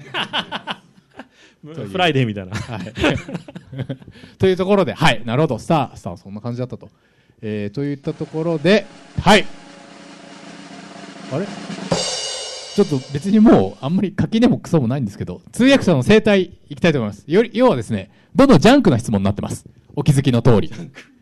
C: フライデーみたいな、はい、
D: というところで、はい、なるほど、さあさあそんな感じだったと、えー、といったところで、はいあれちょっと別にもうあんまり垣根もクソもないんですけど、通訳者の生態いきたいと思います。より要はですね、どんどんジャンクな質問になってます。お気づきの通り。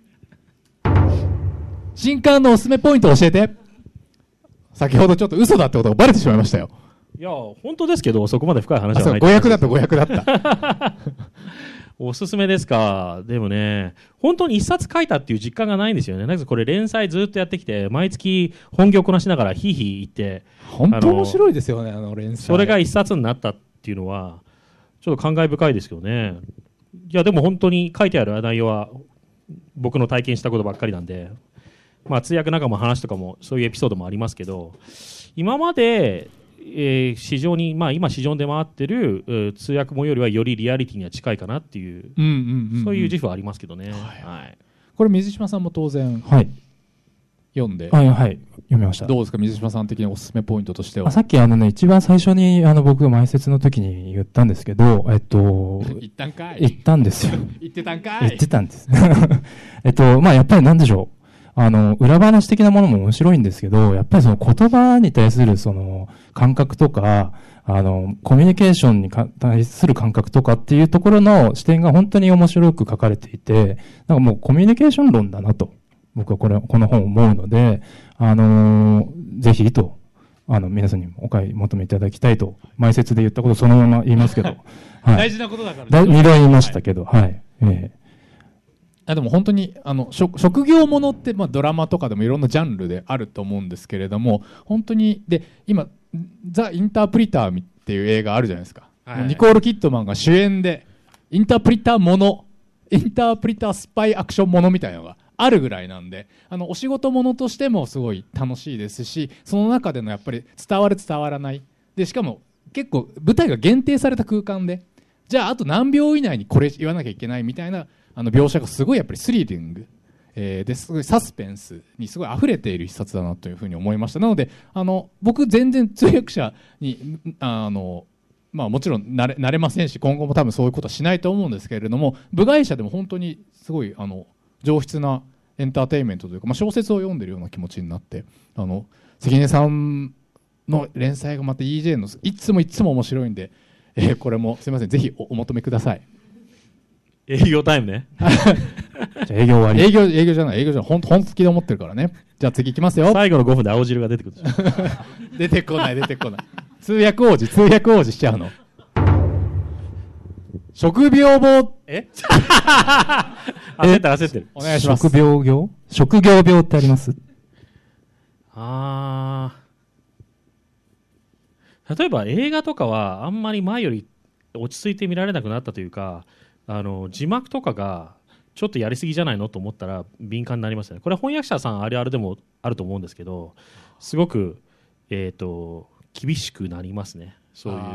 D: 新刊のおすすめポイントを教えて。先ほどちょっと嘘だってことがバレてしまいましたよ。
C: いや本当ですけど、そこまで深い話はない。
D: 誤訳だった誤訳だった
C: おすすめですか。でもね、本当に一冊書いたっていう実感がないんですよね。なんかこれ連載ずっとやってきて、毎月本業こなしながらヒーヒー言って、
D: 本当面白いですよね、あの連載。
C: それが一冊になったっていうのは、ちょっと感慨深いですけどね。いやでも本当に書いてある内容は僕の体験したことばっかりなんで、まあ通訳仲間の話とかもそういうエピソードもありますけど、今まで、えー、市場に、まあ、今市場で回ってる、えー、通訳もよりはよりリアリティには近いかなっていう、そういう自負はありますけどね、はいはい、
D: これ水島さんも当然、
E: はい、
D: 読んで、
E: はいはい、読みました。
D: どうですか水島さん的におすすめポイントとしては。
E: さっきあの、ね、一番最初にあの僕が前説の時に言ったんですけど、えっと、
D: 言ったんかい
E: 言ったんですよ。
D: 言ってたんかい
E: 言ってたんですえっと、まあ、やっぱりなんでしょう、あの、裏話的なものも面白いんですけど、やっぱりその言葉に対するその感覚とか、あの、コミュニケーションに対する感覚とかっていうところの視点が本当に面白く書かれていて、なんかもうコミュニケーション論だなと、僕はこれ、この本を思うので、あの、ぜひと、あの、皆さんにもお買い求めいただきたいと、前説で言ったことそのまま言いますけど、
D: はい、大事なことだから
E: ね。二度言いましたけど、はい。はい、えー
D: あでも本当にあの職業ものって、まあ、ドラマとかでもいろんなジャンルであると思うんですけれども、本当にで今ザ・インタープリターっていう映画あるじゃないですか。
C: はい、
D: ニコール・キッドマンが主演でインタープリターものインタープリタースパイアクションものみたいなのがあるぐらいなんで、あのお仕事ものとしてもすごい楽しいですし、その中でのやっぱり伝わる伝わらないで、しかも結構舞台が限定された空間で、じゃああと何秒以内にこれ言わなきゃいけないみたいなあの描写がすごいやっぱりスリリング、えー、ですごいサスペンスにすごい溢れている一冊だなというふうに思いました。なのであの僕全然通訳者にあのまあもちろんなれ、なれませんし、今後も多分そういうことはしないと思うんですけれども、部外者でも本当にすごいあの上質なエンターテインメントというか、まあ、小説を読んでいるような気持ちになって、あの関根さんの連載がまた イージェー のいつもいつも面白いんで、えー、これもすみません、ぜひ お, お求めください。
C: 営業タイムね。
E: じゃあ営業終わり。
D: 営業営業じゃない営業じゃない本本気で思ってるからね。じゃあ次いきますよ。
C: 最後のごふんで青汁が出てくる。
D: 出てこない出てこない。通訳王子通訳王子しちゃうの。職業病
C: え焦ってる焦ってる。
D: お願いします。
E: 職業病職業病ってあります？
C: あー、例えば映画とかはあんまり前より落ち着いて見られなくなったというか、あの字幕とかがちょっとやりすぎじゃないのと思ったら敏感になりますね。これは翻訳者さんあるあるでもあると思うんですけど、すごく、えーと、厳しくなりますね。そういう、うん、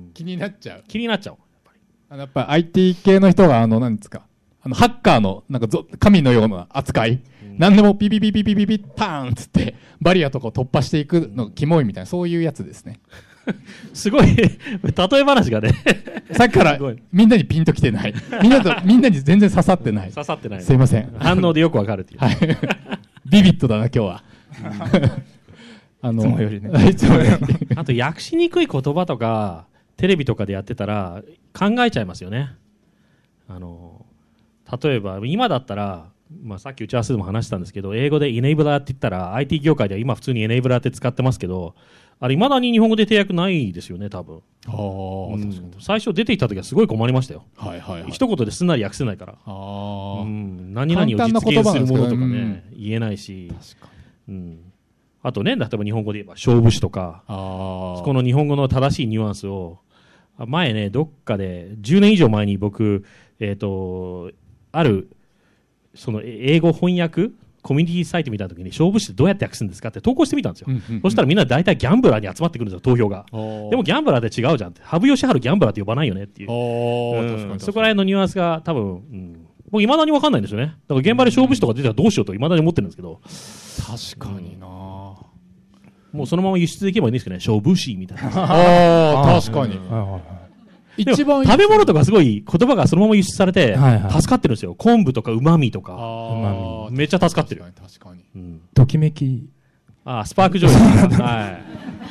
D: 気になっちゃう。
C: 気になっちゃう。
D: あのやっぱり アイティー 系の人があの何ですか、あのハッカーのなんかぞ神のような扱い、うん、何でもピピピピピピピパーンっつってバリアとかを突破していくのがキモいみたいな、そういうやつですね。
C: すごい例え話がね
D: さっきからみんなにピンときてない、みんなとみんなに全然刺さってない。
C: 刺さってない、ね、
D: すいません、
C: 反応でよくわかるっていう、はい、
D: ビビッドだな今日は。あの
E: いつもよりね。
D: いつもより
C: あと訳しにくい言葉とかテレビとかでやってたら考えちゃいますよね。あの例えば今だったら、まあ、さっき打ち合わせでも話したんですけど、英語でエネイブラーって言ったら アイティー 業界では今普通にエネイブラーって使ってますけど、あれ未だに日本語で締約ないですよね多分。
D: あ、うん、確かに
C: 最初出てきた時はすごい困りましたよ、
D: はいはいはい、
C: 一言ですんなり訳せないから。
D: あ、
C: うん、何々を実現するものとかね、うん、言えないし、確かに、うん、あとね、例えば日本語で言えば勝負師とか、あ、そこの日本語の正しいニュアンスを前ね、どっかでじゅうねん以上前に僕、えーと、あるその英語翻訳コミュニティサイト見たときに、勝負師ってどうやって訳すんですかって投稿してみたんですよ、うんうんうん、そしたらみんな大体ギャンブラーに集まってくるんですよ、投票が。でもギャンブラーって違うじゃんって、羽生善治ギャンブラーって呼ばないよねっていう、うん、確かにそこら辺のニュアンスが多分、うん、僕いまだに分かんないんですよね。だから現場で勝負師とか出たらどうしようといまだに思ってるんですけど。
D: 確かにな、うん、
C: もうそのまま輸出できればいいんですけどね、勝負師みたいな。
D: ああ、確かに。
C: 一番食べ物とかすごい言葉がそのまま輸出されて助かってるんですよ。昆布とか旨味とか、あ、めっちゃ助かってる。
D: 確かに確かに、
E: うん、ときめき、
C: あ、スパークジョイはい、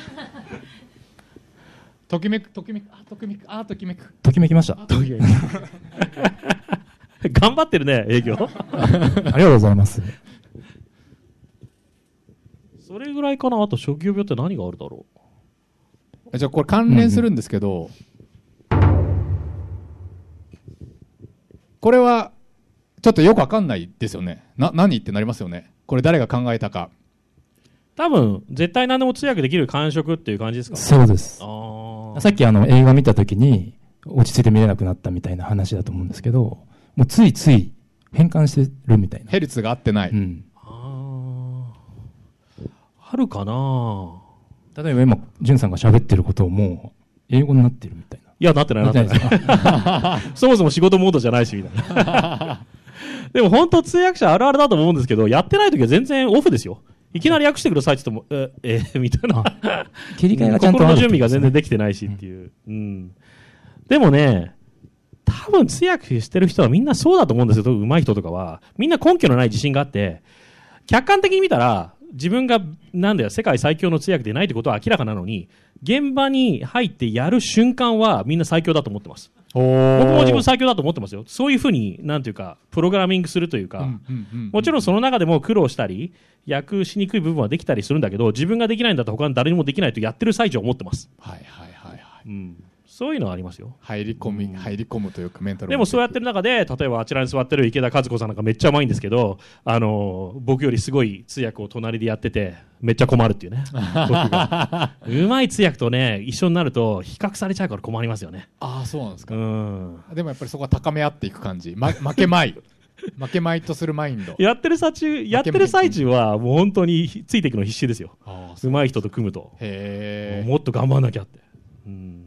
D: ときめくときめくあときめくあときめく
E: ときめきました。
C: 頑張ってるね営業。
E: ありがとうございます。
C: それぐらいかな。あと職業病って何があるだろ
D: う。じゃあこれ関連するんですけど、うんうん、これはちょっとよくわかんないですよね。な何ってなりますよね。これ誰が考えたか。
C: 多分絶対何でも通訳できる感触っていう感じですか。
E: そうです。あ、さっきあの映画見たときに落ち着いて見れなくなったみたいな話だと思うんですけど、もうついつい変換してるみたいな。
D: ヘルツが合ってない、うん、
C: あ, あるかな。
E: 例えば今ジュンさんが喋ってることをもう英語になってるみたいな。
C: いや、なってないなってない。そもそも仕事モードじゃないしみたいな。でも本当通訳者あるあるだと思うんですけど、やってない時は全然オフですよ。いきなり訳してくださいって言っても、え、えー、みたいな。
E: 切り替えがちゃんとある、ね、
C: 心の準備が全然できてないしっていう。うん、でもね、多分通訳してる人はみんなそうだと思うんですよ。上手い人とかは。みんな根拠のない自信があって、客観的に見たら、自分がなんだよ世界最強の通訳でないってことは明らかなのに、現場に入ってやる瞬間はみんな最強だと思ってます。僕も自分最強だと思ってますよ。そういうふうになんていうかプログラミングするというか、うんうんうんうん、もちろんその中でも苦労したり訳しにくい部分はできたりするんだけど、自分ができないんだったら他の誰にもできないとやってる最中は思ってます。
D: はいはいはいはい、
C: うん、 そういうのはありますよ。
D: 入り込み、うん、入り込むというかメンタル
C: でもそうやってる中で、例えばあちらに座ってる池田和子さんなんかめっちゃうまいんですけど、あの僕よりすごい通訳を隣でやっててめっちゃ困るっていうね。僕がうまい通訳とね一緒になると比較されちゃうから困りますよね。
D: ああそうなんですか。
C: うん。
D: でもやっぱりそこは高め合っていく感じ。ま、負けまい負けまいとするマインド。
C: やってる最中やってる最中はもう本当についていくの必死ですよ。うまい人と組むと。
D: へえ。
C: もっと頑張んなきゃって。うん。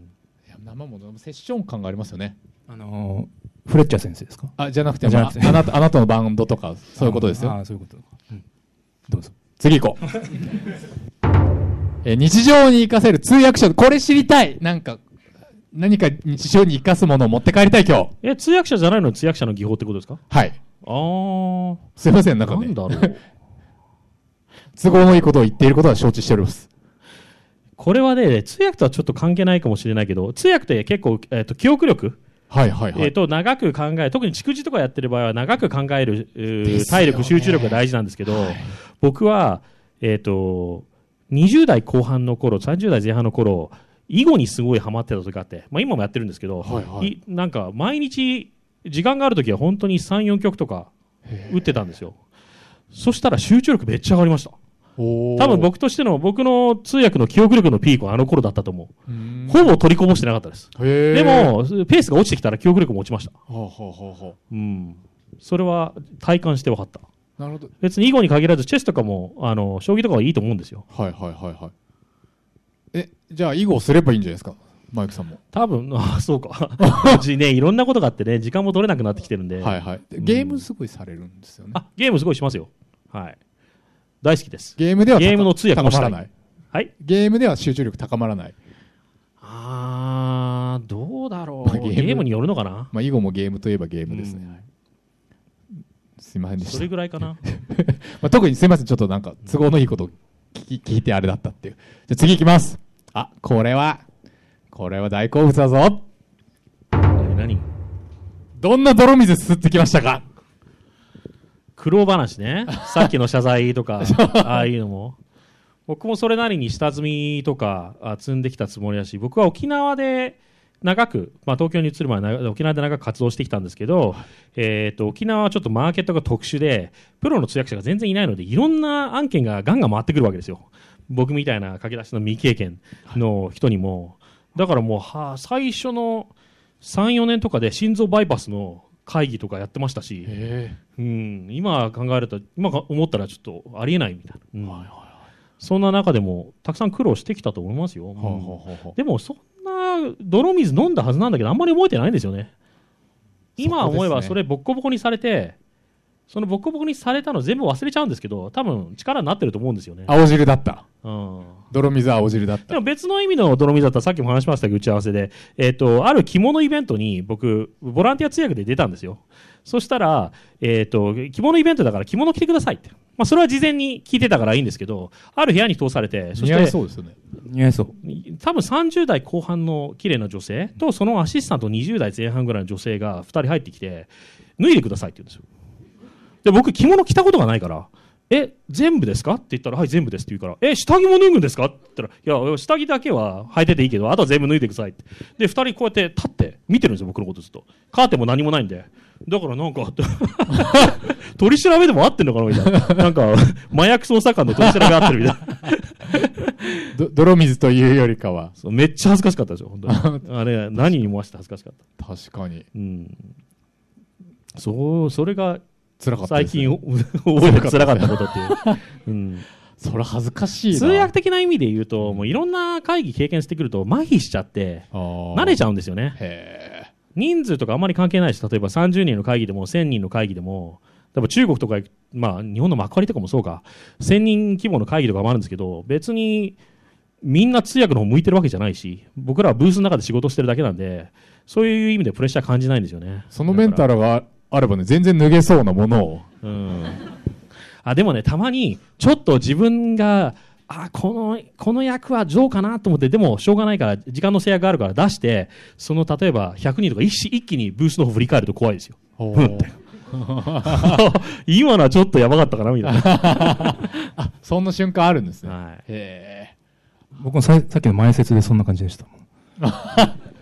D: いや生もセッション感がありますよね。
E: あのー、フレッチャー先生ですか？
D: あじゃなくて、まあ、あなたあなたのバンドとかそういうことですよ。
E: ああそういうこと。うん、どうぞ。
D: 次行こう。え日常に生かせる通訳者、これ知りたい。なんか何か日常に生かすものを持って帰りたい今日。
C: え通訳者じゃないのに通訳者の技法ってことですか？
D: はい。
C: ああ。
D: すいませんなんかね。
C: なんだろう。
D: 都合のいいことを言っていることは承知しております。
C: これはね通訳とはちょっと関係ないかもしれないけど、通訳って結構、えー、と記憶力、
D: はいはいはい、
C: えー、と長く考え、特に逐次とかやってる場合は長く考える、体力集中力が大事なんですけど、はい、僕は、えー、とにじゅう代後半の頃、さんじゅう代前半の頃、囲碁にすごいハマってた時があって、まあ、今もやってるんですけど、はいはい、なんか毎日時間がある時は本当にさん、よん局とか打ってたんですよ。そしたら集中力めっちゃ上がりました。多分僕としての僕の通訳の記憶力のピークはあの頃だったと思う。うほぼ取りこぼしてなかったです。でもペースが落ちてきたら記憶力も落ちました。
D: ほうほうほうほう、
C: うん、それは体感して分かった。
D: なるほど。
C: 別に囲碁に限らずチェスとかもあの将棋とかはいいと思うんですよ。
D: はいはいはいはい。えじゃあ囲碁をすればいいんじゃないですかマイクさんも。
C: 多分あそうかね、いろんなことがあってね時間も取れなくなってきてるんで、
D: はいはい、ゲームすごいされるんですよね。
C: あゲームすごいしますよ。はい大好きです。
D: ゲームでは
C: ゲームの通訳もしたい。
D: 高まらない。
C: はい。
D: ゲームでは集中力高まらない。
C: あーどうだろう。まあ、ゲ, ーゲームによるのかな。
D: まあ囲碁もゲームといえばゲームですね。うん、すいませんでした。
C: それぐらいかな。
D: まあ特にすいませんちょっとなんか都合のいいことを聞, 聞いてあれだったっていう。じゃあ次行きます。あこれはこれは大好物だぞ。
C: 何何。
D: どんな泥水すってきましたか。
C: 苦労話ね。さっきの謝罪とかああいうのも僕もそれなりに下積みとかあ積んできたつもりだし、僕は沖縄で長く、まあ、東京に移る前は沖縄で長く活動してきたんですけど、えー、と沖縄はちょっとマーケットが特殊でプロの通訳者が全然いないのでいろんな案件がガンガン回ってくるわけですよ。僕みたいな駆け出しの未経験の人にも。だからもうは最初のさん、よねんとかで心臓バイパスの会議とかやってましたし、うん、今考えると今思ったらちょっとありえないみたいな、うんはいはいはい、そんな中でもたくさん苦労してきたと思いますよ、うんはははでもそんな泥水飲んだはずなんだけどあんまり覚えてないんですよね。今思えばそれボッコボコにされてそのボコボコにされたの全部忘れちゃうんですけど多分力になってると思うんですよね。
D: 青汁だった、
C: うん、
D: 泥水は青汁だった。
C: でも別の意味の泥水だったらさっきも話しましたけど打ち合わせで、えー、とある着物イベントに僕ボランティア通訳で出たんですよ。そしたら、えー、と着物イベントだから着物着てくださいって、まあ、それは事前に聞いてたからいいんですけどある部屋に通されてそして
D: 似合いそうですよね。
E: 似合いそう。
C: 多分さんじゅう代後半の綺麗な女性とそのアシスタントにじゅう代前半ぐらいの女性がふたり入ってきて脱いでくださいって言うんですよ。で僕着物着たことがないからえ全部ですかって言ったらはい全部ですって言うからえ下着も脱ぐんですかって言ったらいや下着だけは履いてていいけどあとは全部脱いでくださいってでふたりこうやって立って見てるんですよ僕のことずっと。カーテンも何もないんでだからなんか取り調べでも合ってんのかなみたいななんか麻薬捜査官の取り調べ合ってるみたいな
D: 泥水というよりかは
C: そうめっちゃ恥ずかしかったですよ本当にあれ何にもわして恥ずかしかった。
D: 確かに、
C: うん、そうそれが
D: 辛かったですね、
C: 最近覚えて辛かったことっていう、うん、
D: それ恥ずかしいな。
C: 通訳的な意味で言うともういろんな会議経験してくると麻痺しちゃって慣れちゃうんですよね。
D: へ
C: 人数とかあんまり関係ないし例えばさんじゅうにんの会議でもせんにんの会議でも例えば中国とか、まあ、日本の幕張とかもそうかせんにん規模の会議とかもあるんですけど別にみんな通訳の方向いてるわけじゃないし僕らはブースの中で仕事してるだけなんでそういう意味でプレッシャー感じないんですよね。
D: そのメンタルがあればね全然脱げそうなものを、
C: うん、あでもねたまにちょっと自分があこのこの役はジョーかなと思ってでもしょうがないから時間の制約があるから出してその例えばひゃくにんとか一一気にブースの方振り返ると怖いですよ。うんって今のはちょっとやばかったかなみたいな
D: あそんな瞬間あるんですね、
C: はい、
D: へ
E: 僕もささっきの前説でそんな感じでした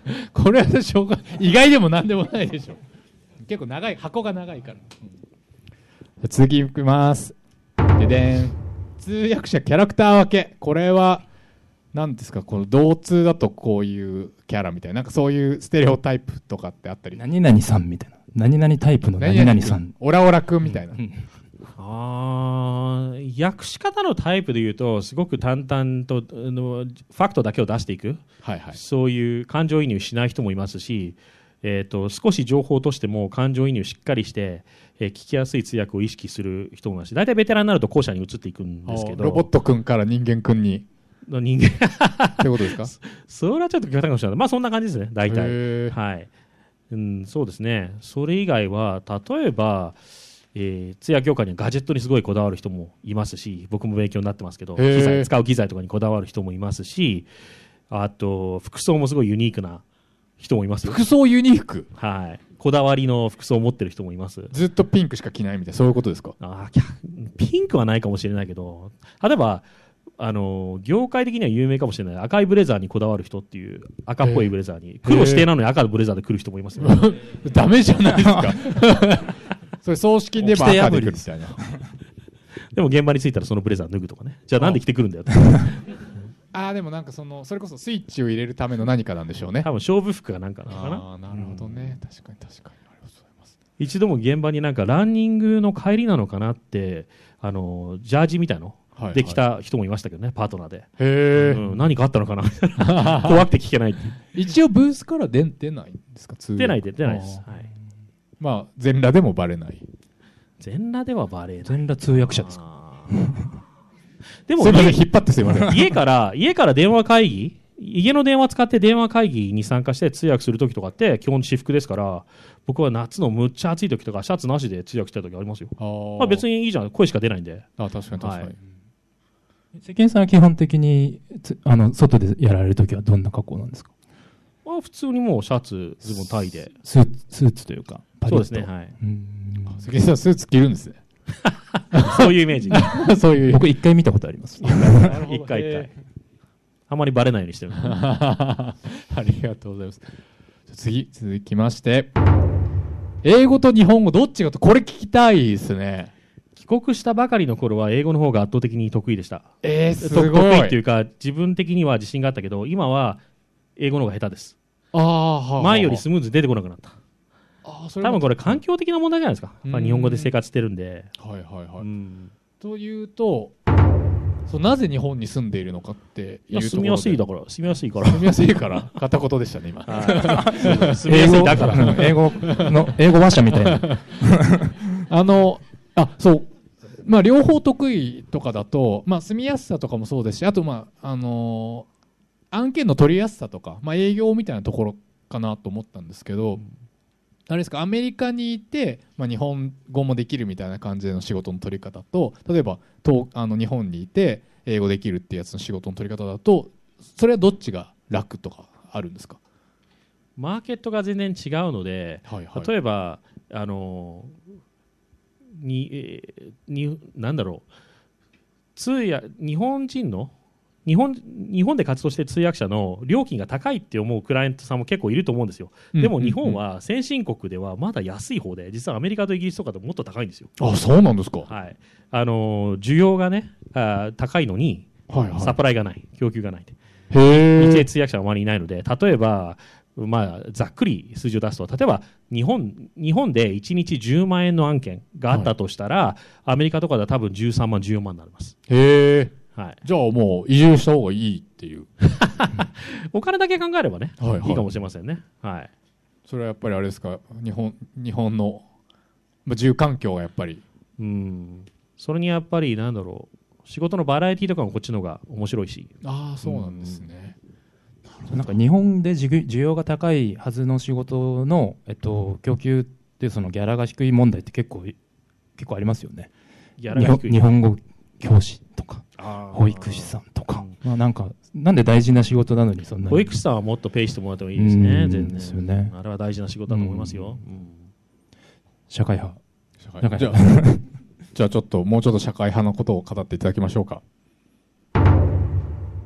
D: これはしょうが意外でもなんでもないでしょ。結構長い、箱が長いから。うん、次いきます。ででん。通訳者キャラクター分け。これは、何ですか、この同通だとこういうキャラみたいな、なんかそういうステレオタイプとかってあったり。
E: 何々さんみたいな。何々タイプの何々さん。
D: オラオラくんみたいな。うんうん、
C: あ訳し方のタイプでいうとすごく淡々とのファクトだけを出していく、はいはい、そういう感情移入しない人もいますし、えー、と少し情報としても感情移入しっかりして、えー、聞きやすい通訳を意識する人もいますし、大体ベテランになると後者に移っていくんですけど、
D: ロボットくんから人間くんに
C: 人間
D: ってことですか？
C: それはちょっと極端かもしれない。まあそんな感じですね、大体。はい、うん、そうですね。それ以外は例えば、えー、通訳業界にはガジェットにすごいこだわる人もいますし、僕も勉強になってますけど、機材使う機材とかにこだわる人もいますし、あと服装もすごいユニークな人もいますよ。
D: 服装ユニーク、
C: はい、こだわりの服装を持ってる人もいます。
D: ずっとピンクしか着ないみたいな、そういうことですか？
C: あ、ピンクはないかもしれないけど、例えばあの業界的には有名かもしれない赤いブレザーにこだわる人っていう、赤っぽいブレザーに黒指定なのに赤のブレザーで来る人もいますよ、ね、
D: ダメじゃないですかそれ葬式でも赤で来るみたいな
C: でも現場に着いたらそのブレザー脱ぐとかね。じゃあなんで着てくるんだよって
D: ああ、でもなんかそのそれこそスイッチを入れるための何かなんでしょうね。
C: 多分勝負服がなんかなのかな。
D: ああ、なるほどね、うん、確かに確かに。ありがとうございます。
C: 一度も現場になんかランニングの帰りなのかなって、あのジャージみたいのできた人もいましたけどね、パートナーで。
D: へー、
C: うん、何かあったのかなみたいな怖くて聞けないって
D: 一応ブースから出出ないんですか？
C: 出ないで出ないです、はい、
D: まあ全裸でもバレない。
C: 全裸ではバレない。
E: 全裸通訳者ですか？
C: でも
D: すいません、引っ張ってすいません
C: 家から家から電話会議、家の電話使って電話会議に参加して通訳するときとかって基本私服ですから、僕は夏のむっちゃ暑いときとかシャツなしで通訳したときありますよ。あ、まあ、別にいいじゃん、声しか出ないんで。
D: あ、確かに確かに、はい、
E: 関根さんは基本的にあの外でやられるときはどんな格好なんですか？
C: まあ、普通にもうシャツズボンタイで
E: スーツ、スーツというか
C: パリッと。そうですね、はい。
D: うん、関根さんスーツ着るんですね
C: そういうイメージ
E: そういう僕一回見たことあります一
C: 回一回あまりバレないようにしてる
D: ありがとうございます。次続きまして、英語と日本語どっちがと、これ聞きたいですね。
C: 帰国したばかりの頃は英語の方が圧倒的に得意でした。
D: えー、すごい。
C: 得意っていうか自分的には自信があったけど、今は英語の方が下手です。
D: あ、
C: 前よりスムーズ出てこなくなった。
D: あ、それ
C: 多分これ環境的な問題じゃないですか。まあ、日本語で生活してるんで。
D: はいはいはい、
C: うん、
D: というと、そうなぜ日本に住んでいるのかっていうところで。
C: 住みやすいだから住みやすいから
D: 住みやすいから片言でしたね今
C: 住みやすいだから
E: 英語の英語話者みたいな
D: あのあそうまあ両方得意とかだと、まあ、住みやすさとかもそうですし、あとまああのー、案件の取りやすさとか、まあ、営業みたいなところかなと思ったんですけど、うん、あれですか、アメリカにいて、まあ、日本語もできるみたいな感じでの仕事の取り方と、例えばとあの日本にいて英語できるっていうやつの仕事の取り方だと、それはどっちが楽とかあるんですか？
C: マーケットが全然違うので、はいはい、例えばあのに、えー、になんだろう通訳日本人の日本日本で活動している通訳者の料金が高いって思うクライアントさんも結構いると思うんですよ。でも日本は先進国ではまだ安い方で、実はアメリカとイギリスとかでももっと高いんですよ。
D: あ、そうなんですか。
C: はい、あの需要がねあ高いのに、はいはい、サプライがない、供給がないで、へ日英通訳者はあまりいないので、例えば、まあ、ざっくり数字を出すと、例えば日本日本でいちにちじゅうまんえんの案件があったとしたら、はい、アメリカとかでは多分じゅうさんまんじゅうよんまんになります。
D: へー、
C: はい、
D: じゃあもう移住した方がいいっていう
C: お金だけ考えればね、はいはい、いいかもしれませんね、はい、
D: それはやっぱりあれですか、日本、日本の住環境がやっぱり、
C: うん、それにやっぱりなんだろう、仕事のバラエティとかもこっちの方が面白いし。
D: ああ、そうなんですね、
E: うん、なんか日本で需要が高いはずの仕事の、えっと、供給ってそのギャラが低い問題って結構結構ありますよね。
C: ギャラが低い、
E: 日本語教師とか保育士さんとか、まあ、なんかなんで大事な仕事なのにそんなに。
C: 保育士さんはもっとペイしてもらってもいいですね。全然
E: ですよね。
C: あれは大事な仕事だと思いますよ。うん、
E: 社会派。
D: 社会派。じゃあじゃあちょっともうちょっと社会派のことを語っていただきましょうか。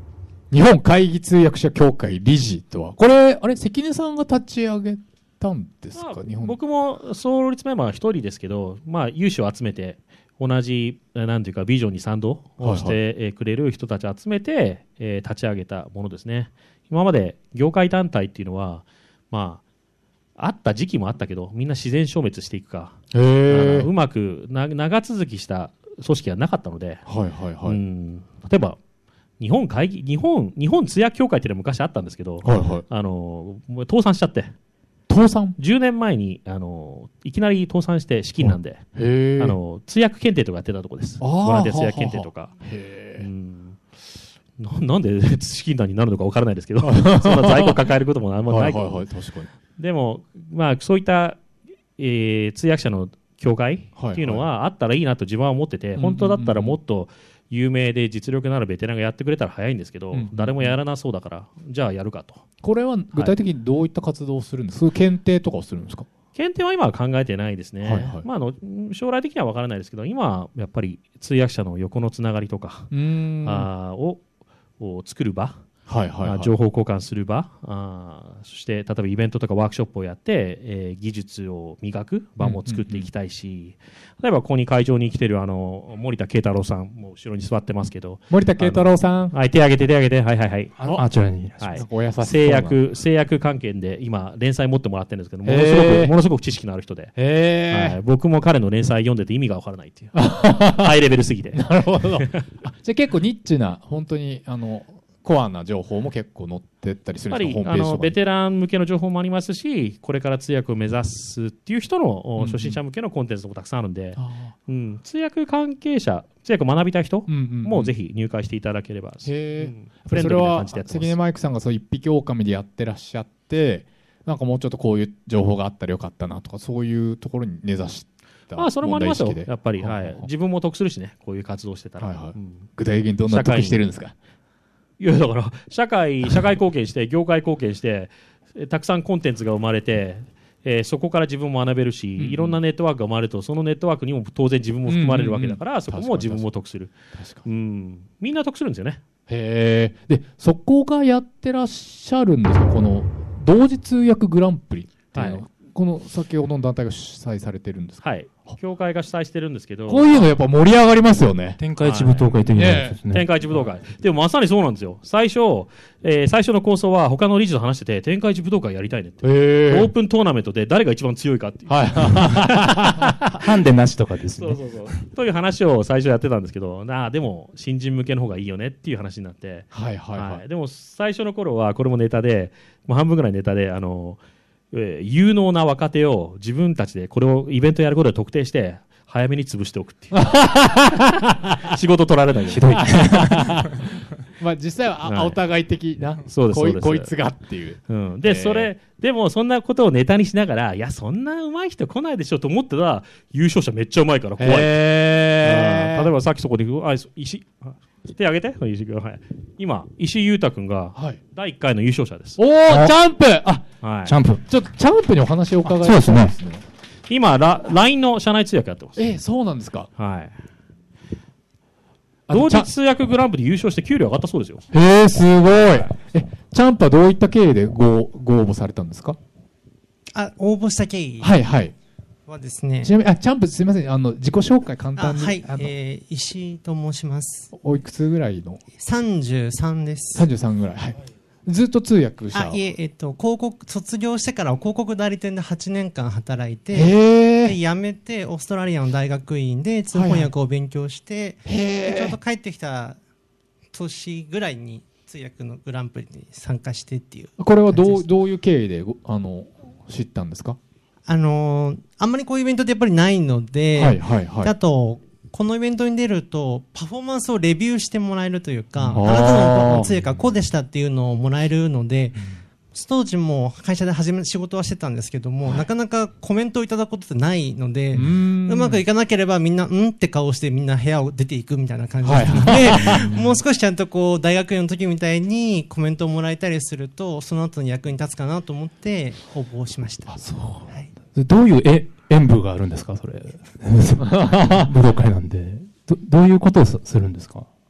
D: 日本会議通訳者協会理事とは、これ、あれ、関根さんが立ち上げたんですか、
C: まあ
D: 日本。
C: 僕も創立メンバーは一人ですけど、まあ、有志を集めて、同じ、なんていうか、ビジョンに賛同をしてくれる人たちを集めて、えー立ち上げたものですね。今まで業界団体っていうのは、まあ、あった時期もあったけど、みんな自然消滅していくか、
D: へ
C: あ
D: ー
C: のうまくな長続きした組織がなかったので、
D: はいはいはい。
C: うん例えば、日本会議、日本、日本通訳協会っていうのは昔あったんですけど、
D: はいはい。
C: あの、もう倒産しちゃって、
D: 倒産
C: じゅうねんまえに、あの、いきなり倒産して資金なんで、
D: へー
C: あの、通訳検定とかやってたとこです。
D: あー
C: ボランティア通訳検定とか。
D: へー
C: うんななんで資金難になるのかわからないですけど、そんな在庫抱えることもあんまないけど、
D: はいはいはい、確かに。
C: でも、まあ、そういった、えー通訳者の協会っていうのはあったらいいなと自分は思ってて、
D: い
C: 本当だったらもっと有名で実力のあるベテランがやってくれたら早いんですけど、
D: うん
C: 誰もやらなそうだから、じゃあやるかと。
D: これは具体的にどういった活動をするんですか、検定とかをするんですか。
C: 検定は今は考えてないですね、
D: はいはい
C: まあ、あの将来的には分からないですけど、今はやっぱり通訳者の横のつながりとか、
D: うーん。
C: あーをを作る場、
D: はいはいはい。
C: あ情報交換する場、あーそして例えばイベントとかワークショップをやって、えー技術を磨く場も作っていきたいし、例えばここに会場に来てるあの森田慶太郎さんも後ろに座ってますけど、
D: 森田慶太郎さん。
C: はい、手挙げて手挙げて、はいはいはい。
E: ああちらにいらっしゃい
C: はい
E: ます。
D: お優しそうな
C: 製薬、製薬関係で今連載持ってもらってるんですけど、ものすご
D: へー
C: く、ものすごく知識のある人で、
D: へ
C: はい、僕も彼の連載読んでて意味がわからないっていう。ハイレベルすぎて。
D: ー。なるほど。あじゃあ結構ニッチな、本当に、あの、コアな情報も結構載ってったりするんですか、ホーム
C: やっぱりあ
D: ページとかに。
C: のベテラン向けの情報もありますし、これから通訳を目指すっていう人の、
D: うんうん
C: 初心者向けのコンテンツもたくさんあるんで、
D: あ
C: うん、通訳関係者、通訳を学びたい人
D: ーうんうんうん
C: もぜひ入会していただければ、
D: へー
C: うんフレンドリーな
D: それは
C: 感じでやってます。
D: 関根マイクさんがそう一匹狼でやってらっしゃって、なんかもうちょっとこういう情報があったらよかったなとか、そういうところに根ざした
C: あそれもありますよ
D: 問題意識で
C: やっぱり、は
D: ははいはい
C: 自分も得するしね、こういう活動してたら。
D: はいはい
C: うん
D: 具体的にどんな得してるんですか。
C: いやだから社会社会貢献して業界貢献してえたくさんコンテンツが生まれて、えーそこから自分も学べるし、
D: うんうん
C: いろんなネットワークが生まれるとそのネットワークにも当然自分も含まれるわけだから、
D: うんうんうん
C: そこも自分も得する、
D: 確か
C: うん、みんな得するんですよね。
D: へえ。で、そこがやってらっしゃるんですか、この同時通訳グランプリっていうのは、
C: はい
D: この先ほどの団体が主催されてるんですか。
C: はい協会が主催してるんですけど、
D: こういうのやっぱ盛り上がりますよね。
E: 天下一武闘会的なやつですね。
C: 天下一武道会、でもまさにそうなんですよ。最初、えー最初の構想は他の理事と話してて、天下一武道会やりたいねって、
D: へ
C: オープントーナメントで誰が一番強いかっていう、
D: はい。
E: ハンデなしとかですね。
C: そうそうそうという話を最初やってたんですけど、なあでも新人向けの方がいいよねっていう話になって、
D: はいはいは
C: はいい。でも最初の頃はこれもネタで、もう半分ぐらいネタで、あの、えー有能な若手を自分たちでこれをイベントやることで特定して早めに潰しておくっていう仕事取られないように
E: ひどい。
D: まあ実際はあ、
C: はい
D: お互い的な、
C: そうです
D: こい
C: そうです
D: こいつがっていう。
C: うん、で、
D: えー
C: それ、でもそんなことをネタにしながら、いや、そんな上手い人来ないでしょと思ったら、優勝者めっちゃ上手いから怖い。
D: へー
C: うん例えばさっきそこで、あ石、あ手挙げて、石井君はい、今、石井裕太君が
D: はい。
C: だいいっかいの優勝者です。
D: おー、チャンプあ、
C: はい
E: チャンプ。
D: ちょっとチャンプにお話を伺い
E: そうですね
D: ね。
C: 今ラ、ライン の社内通訳やってます。
D: えー、そうなんですか。
C: はい。
D: あのチャ
C: 同時通訳グランプリ優勝して給料上がったそうですよ。
D: へー、すごい。え、チャンプはどういった経緯でごご応募されたんですか。
F: あ、応募した経緯
D: はいはい。
F: はですね、
D: ちなみに、あ、チャンプすみません、あの、自己紹介簡
F: あ
D: 単に。
F: はい、
D: あの
F: えー、石井と申します。
D: おいくつぐらいの
F: さんじゅうさんです。
D: さんじゅうさんぐらい。はい。ずっと通訳者
F: あ、いえ、えっと、広告、卒業してから広告代理店ではちねんかん働いて、
D: へ
F: で
D: ー。
F: 辞めて、オーストラリアの大学院で通翻訳を勉強して、でちょうど帰ってきた年ぐらいに通訳のグランプリに参加してっていう。
D: これはどう、
F: 感じです
D: どういう経緯でご、あの、知ったんですか。
F: あのーあんまりこういうイベントってやっぱりないので、
D: はいはいはい。
F: であと、このイベントに出ると、パフォーマンスをレビューしてもらえるというか、
D: うん
F: あなたの通訳はこうでしたっていうのをもらえるので、当時も会社で始め仕事はしてたんですけども、なかなかコメントをいただくことってないので、
D: う
F: う
D: ーん
F: まくいかなければみんな、うんって顔してみんな部屋を出ていくみたいな感じなので、もう少しちゃんとこう、大学院の時みたいにコメントをもらえたりすると、その後に役に立つかなと思って応募しました。
E: あ、そう。
F: はい
E: どういうえ演舞があるんですか、それ。武道会なんで。ど、どういうことをすするんですか。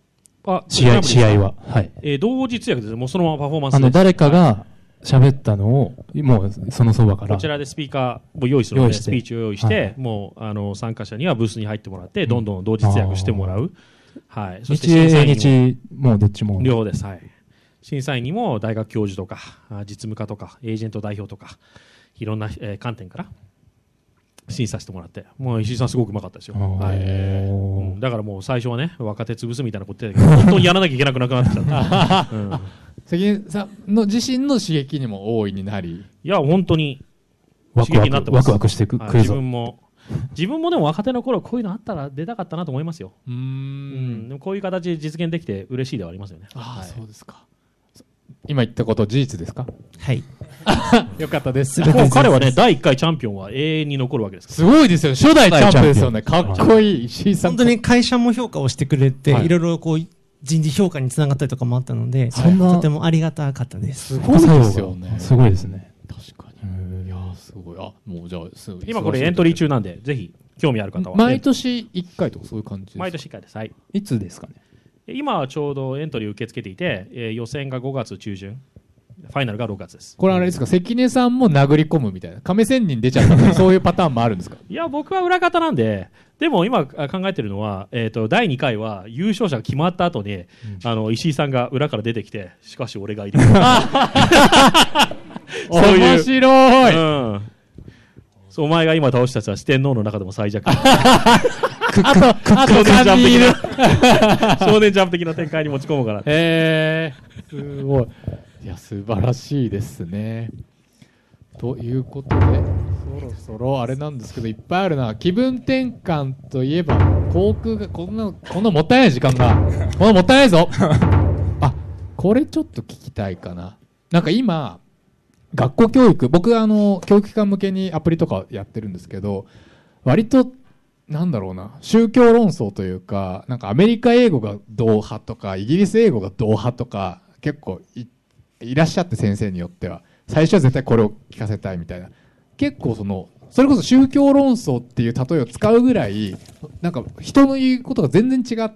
C: あ
E: 試合、試合は。はい。
C: えー、同時通訳です。もうそのままパフォーマンスです。
E: あの、誰かが喋ったのを、もうそのそばから。
C: こちらでスピーカーを用意するので、スピーチを用意して、はい、もう、あの、参加者にはブースに入ってもらって、どんどん同時通訳してもらう。はい。そして審査員にも。日英、日、もうどっちも。 両方です。はい。審査員にも大学教授とか、実務家とか、エージェント代表とか、いろんな、えー、観点から審査してもらって、もう石井さんすごくうまかったですよ。はい、うん、だからもう最初はね、若手潰すみたいなことで、本当にやらなきゃいけなくなくなってきたんで。うん、
D: 関根さんの自身の刺激にも大いになり。
C: いや、本当に刺激になってます。
E: ワクワクしてく、
C: はい、自分も。自分もでも若手の頃こういうのあったら出たかったなと思いますよ。うーん、うん、でもこういう形で実現できて嬉しいではありますよね。
D: ああ、はい、そうですか。今言ったこと事実ですか？
F: はい。
D: よかったです。
C: もう彼はね、だいいっかいチャンピオンは永遠に残るわけですから。
D: すごいですよ。初代チャンピオンですよね。かっこいい。石井さん。
F: 本当に会社も評価をしてくれて、はい、いろいろこう、人事評価につながったりとかもあったので、そんなとてもありがたかったです。
D: すごいですよね。
E: すごいですね。
D: 確かに。いやすごい。あ、もうじゃあ、
C: 今これエントリー中なんで、ぜひ、興味ある方は。
D: 毎年いっかいとかそういう感じですか？
C: 毎年いっかいです。はい。
E: いつですかね？
C: 今はちょうどエントリー受け付けていて、えー、予選がごがつちゅうじゅん。ファイナルがろくがつです。
D: これあれですか、関根さんも殴り込むみたいな、亀仙人出ちゃったそういうパターンもあるんですか？
C: いや、僕は裏方なんで、でも今考えてるのは、えっと、だいにかいは優勝者が決まった後に、うん、あの、石井さんが裏から出てきて、しかし俺がいる。
D: そういう。面白い、うん、
C: そう、お前が今倒したやつは四天王の中でも最弱。
D: あと、あと
C: 少年ジャンプ的な、少年ジャンプ的な展開に持ち込もうかな。
D: へー、すごい。いや、素晴らしいですね。ということで、そろそろあれなんですけど、いっぱいあるな。気分転換といえば、航空が、こんな、このもったいない時間が、このもったいないぞ。あ、これちょっと聞きたいかな。なんか今、学校教育、僕あの、教育機関向けにアプリとかやってるんですけど、割と、なんだろうな、宗教論争というか、なんかアメリカ英語が同派とか、イギリス英語が同派とか、結構い、いらっしゃって先生によっては最初は絶対これを聞かせたいみたいな、結構そのそれこそ宗教論争っていう例えを使うぐらいなんか人の言うことが全然違って、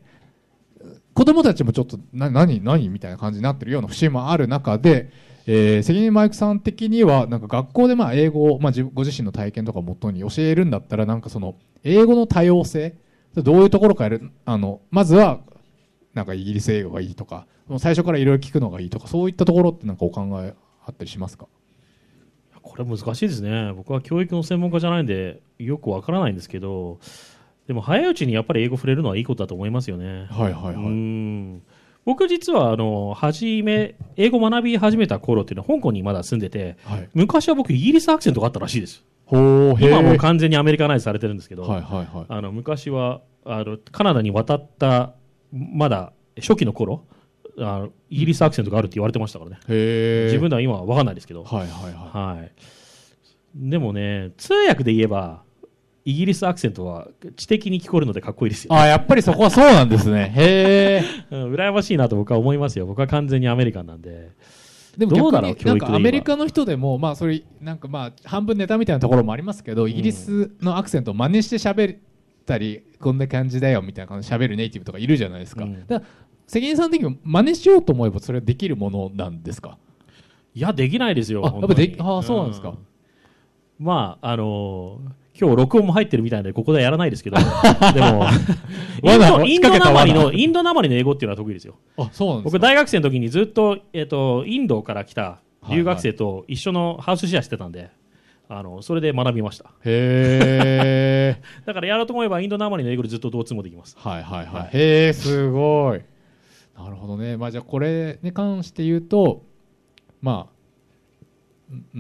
D: 子供たちもちょっとな何何みたいな感じになってるような節もある中で、えー、関根マイクさん的にはなんか学校でまあ英語を、まあ、ご自身の体験とかをもとに教えるんだったら、なんかその英語の多様性、どういうところからあのまずはなんかイギリス英語がいいとか、最初からいろいろ聞くのがいいとか、そういったところってなんかお考えあったりしますか？
C: これ難しいですね。僕は教育の専門家じゃないんでよくわからないんですけど、でも早いうちにやっぱり英語触れるのはいいことだと思いますよね。
D: はいはいはい。う
C: ん、僕実はあの初め英語学び始めた頃っていうのは香港にまだ住んでて、はい、昔は僕イギリスアクセントがあったらしいです。
D: ほ
C: 今はもう完全にアメリカナイズされてるんですけど、
D: はいはいはい、
C: あの昔はあのカナダに渡ったまだ初期の頃、あのイギリスアクセントがあるって言われてましたからね。
D: へ
C: 自分では今は分かんないですけど、
D: はいはいはい
C: はい、でもね、通訳で言えばイギリスアクセントは知的に聞こえるのでかっこいいですよ、ね、
D: あ、やっぱりそこはそうなんですね。へえ、
C: うん、羨ましいなと僕は思いますよ。僕は完全にアメリカンなんで。
D: でも逆になんかアメリカの人でも、まあそれなんかまあ半分ネタみたいなところもありますけど、イギリスのアクセントを真似して喋ったり、こんな感じだよみたいな感じで喋るネイティブとかいるじゃないですか。うん、だから関根さん的に真似しようと思えばそれはできるものなんですか？
C: いや、できないですよ。
D: あ、やっぱであ、そうなんですか。うん、
C: まああのー、今日録音も入ってるみたいなのでここではやらないですけど、でもインドなまりのインドなまりの英語っていうのは得意ですよ。
D: あ、そうなんですか。
C: 僕大学生の時にずっとえっとインドから来た留学生と一緒のハウスシェアしてたんで、あのそれで学びました。
D: へー。
C: だからやろうと思えばインドなまりの英語でずっと同通もできます。
D: はいはいはい。はい、へー、すごい。なるほどね。まあじゃあこれに関して言うと、まあ、うん。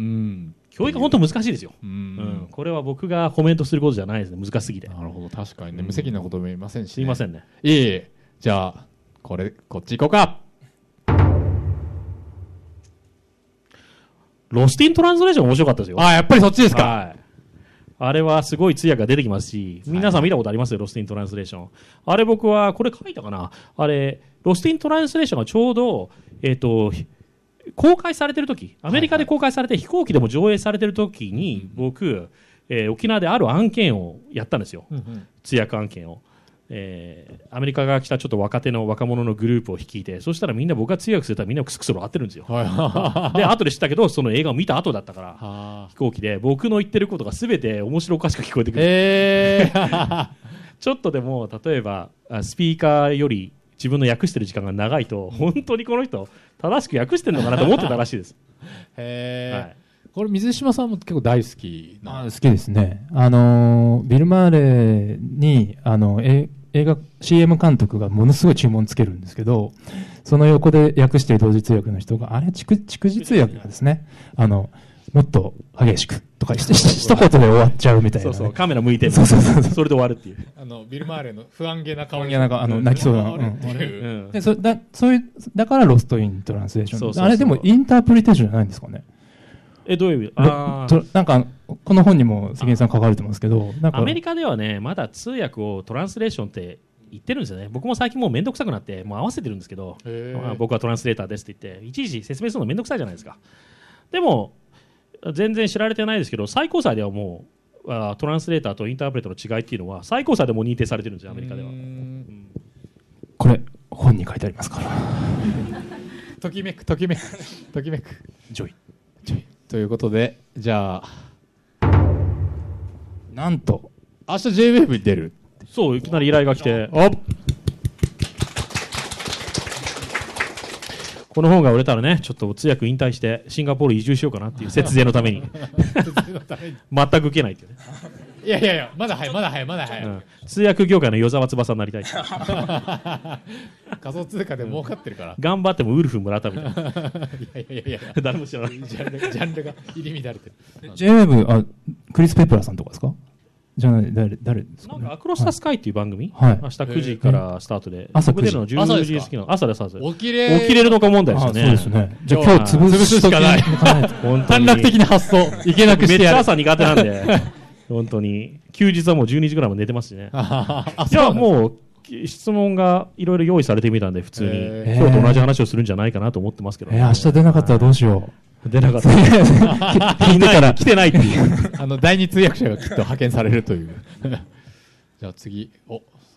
C: 教育は本当難しいですよ。うん、うん、これは僕がコメントすることじゃないですね。難しすぎて。
D: なるほど、確かにね、うん、無責任なことも言いませんし、ね、
C: すいませんね。
D: いえいえ、じゃあこれこっち行こうか。
C: ロスティントランスレーション面白かったですよ。
D: あ、やっぱりそっちですか。
C: はい、あれはすごい通訳が出てきますし、皆さん見たことありますよ、はい、ロスティントランスレーション。あれ僕はこれ書いたかな。あれロスティントランスレーションがちょうどえっ、ー、と公開されてる時、アメリカで公開されて飛行機でも上映されてる時に僕、えー、沖縄である案件をやったんですよ、うんうん、通訳案件を、 えーアメリカから来たちょっと若手の若者のグループを率いて、そしたらみんな僕が通訳するとみんなクスクス笑ってるんですよ。で後で知ったけどその映画を見た後だったから飛行機で僕の言ってることが全て面白おかしく聞こえてくる、えー、ちょっとでも例えばスピーカーより自分の訳してる時間が長いと本当にこの人正しく訳してるのかなと思ってたらしいです。
D: へー、はい、
G: これ水島さんも結構大好きな。
E: 好きですね。あのビル・マーレーにあのえ映画 シーエム 監督がものすごい注文つけるんですけど、その横で訳している同時通訳の人があれ逐次通訳がですね、あのもっと激しくとか一言で終わっちゃうみたいな、ね、
C: そうそうカメラ向いてる、
E: そうそうそう
C: それで終わるっていう
G: あのビル・マーレーの不安げな顔
E: にあの泣きそうな、うん、でそだそういうだからロストイントランスレーション、そうそうそう、あれでもインタープリテーションじゃないんですかね。
C: えどういう意味？あ
E: なんかこの本にも関根さん書かれてますけど、なんか
C: アメリカではねまだ通訳をトランスレーションって言ってるんですよね。僕も最近もうめんどくさくなってもう合わせてるんですけど、まあ、僕はトランスレーターですって言っていちいち説明するのめんどくさいじゃないですか。でも全然知られてないですけど最高裁ではもうあトランスレーターとインタープレートの違いっていうのは最高裁でも認定されてるんですよアメリカでは。うん、
E: これ本に書いてありますから
G: ときめくときめくときめく
E: ジョイ
G: ジョイということで、じゃあ
E: なんと
G: 明日 ジェイウェーブ に出る。
C: そういきなり依頼が来て、
G: お
C: この本が売れたらねちょっと通訳引退してシンガポール移住しようかなっていう節税のために全く受けないっていうね。
G: いやいやいやまだ早いまだ早いまだ早い、うん、
C: 通訳業界の与沢翼になりたい
G: 仮想通貨で儲かってるから、
C: うん、頑張ってもウルフ村田みたいな。い
G: やいやいやいや
C: 誰も知らない
G: ジャンルがジャンルが入り乱れてる。
E: ジェイウェーブ あクリス・ペプラーさんとかですかじゃない誰誰ですか、ね、
C: なんかアクロス・ザ・スカイっていう番組、
E: はい、
C: 明日くじからスタートで、
E: 朝くじ
C: のじゅうじ過ぎの朝です朝です。
G: 起きれ
C: 起きれるのか問題ですよね。
E: そうですね。じゃあ今日潰すしかない。
G: 短絡的な発想いけなくしてやる。
C: めっちゃ朝苦手なんで本当に休日はもうじゅうにじぐらいまで寝てますしね。いやもう質問がいろいろ用意されてみたんで普通に今日と同じ話をするんじゃないかなと思ってますけど、ね、
E: えー、明日出なかったらどうしよう。
C: 出なかった聞いてから来てないっていう
G: あの第二通訳者がきっと派遣されるというじゃあ次お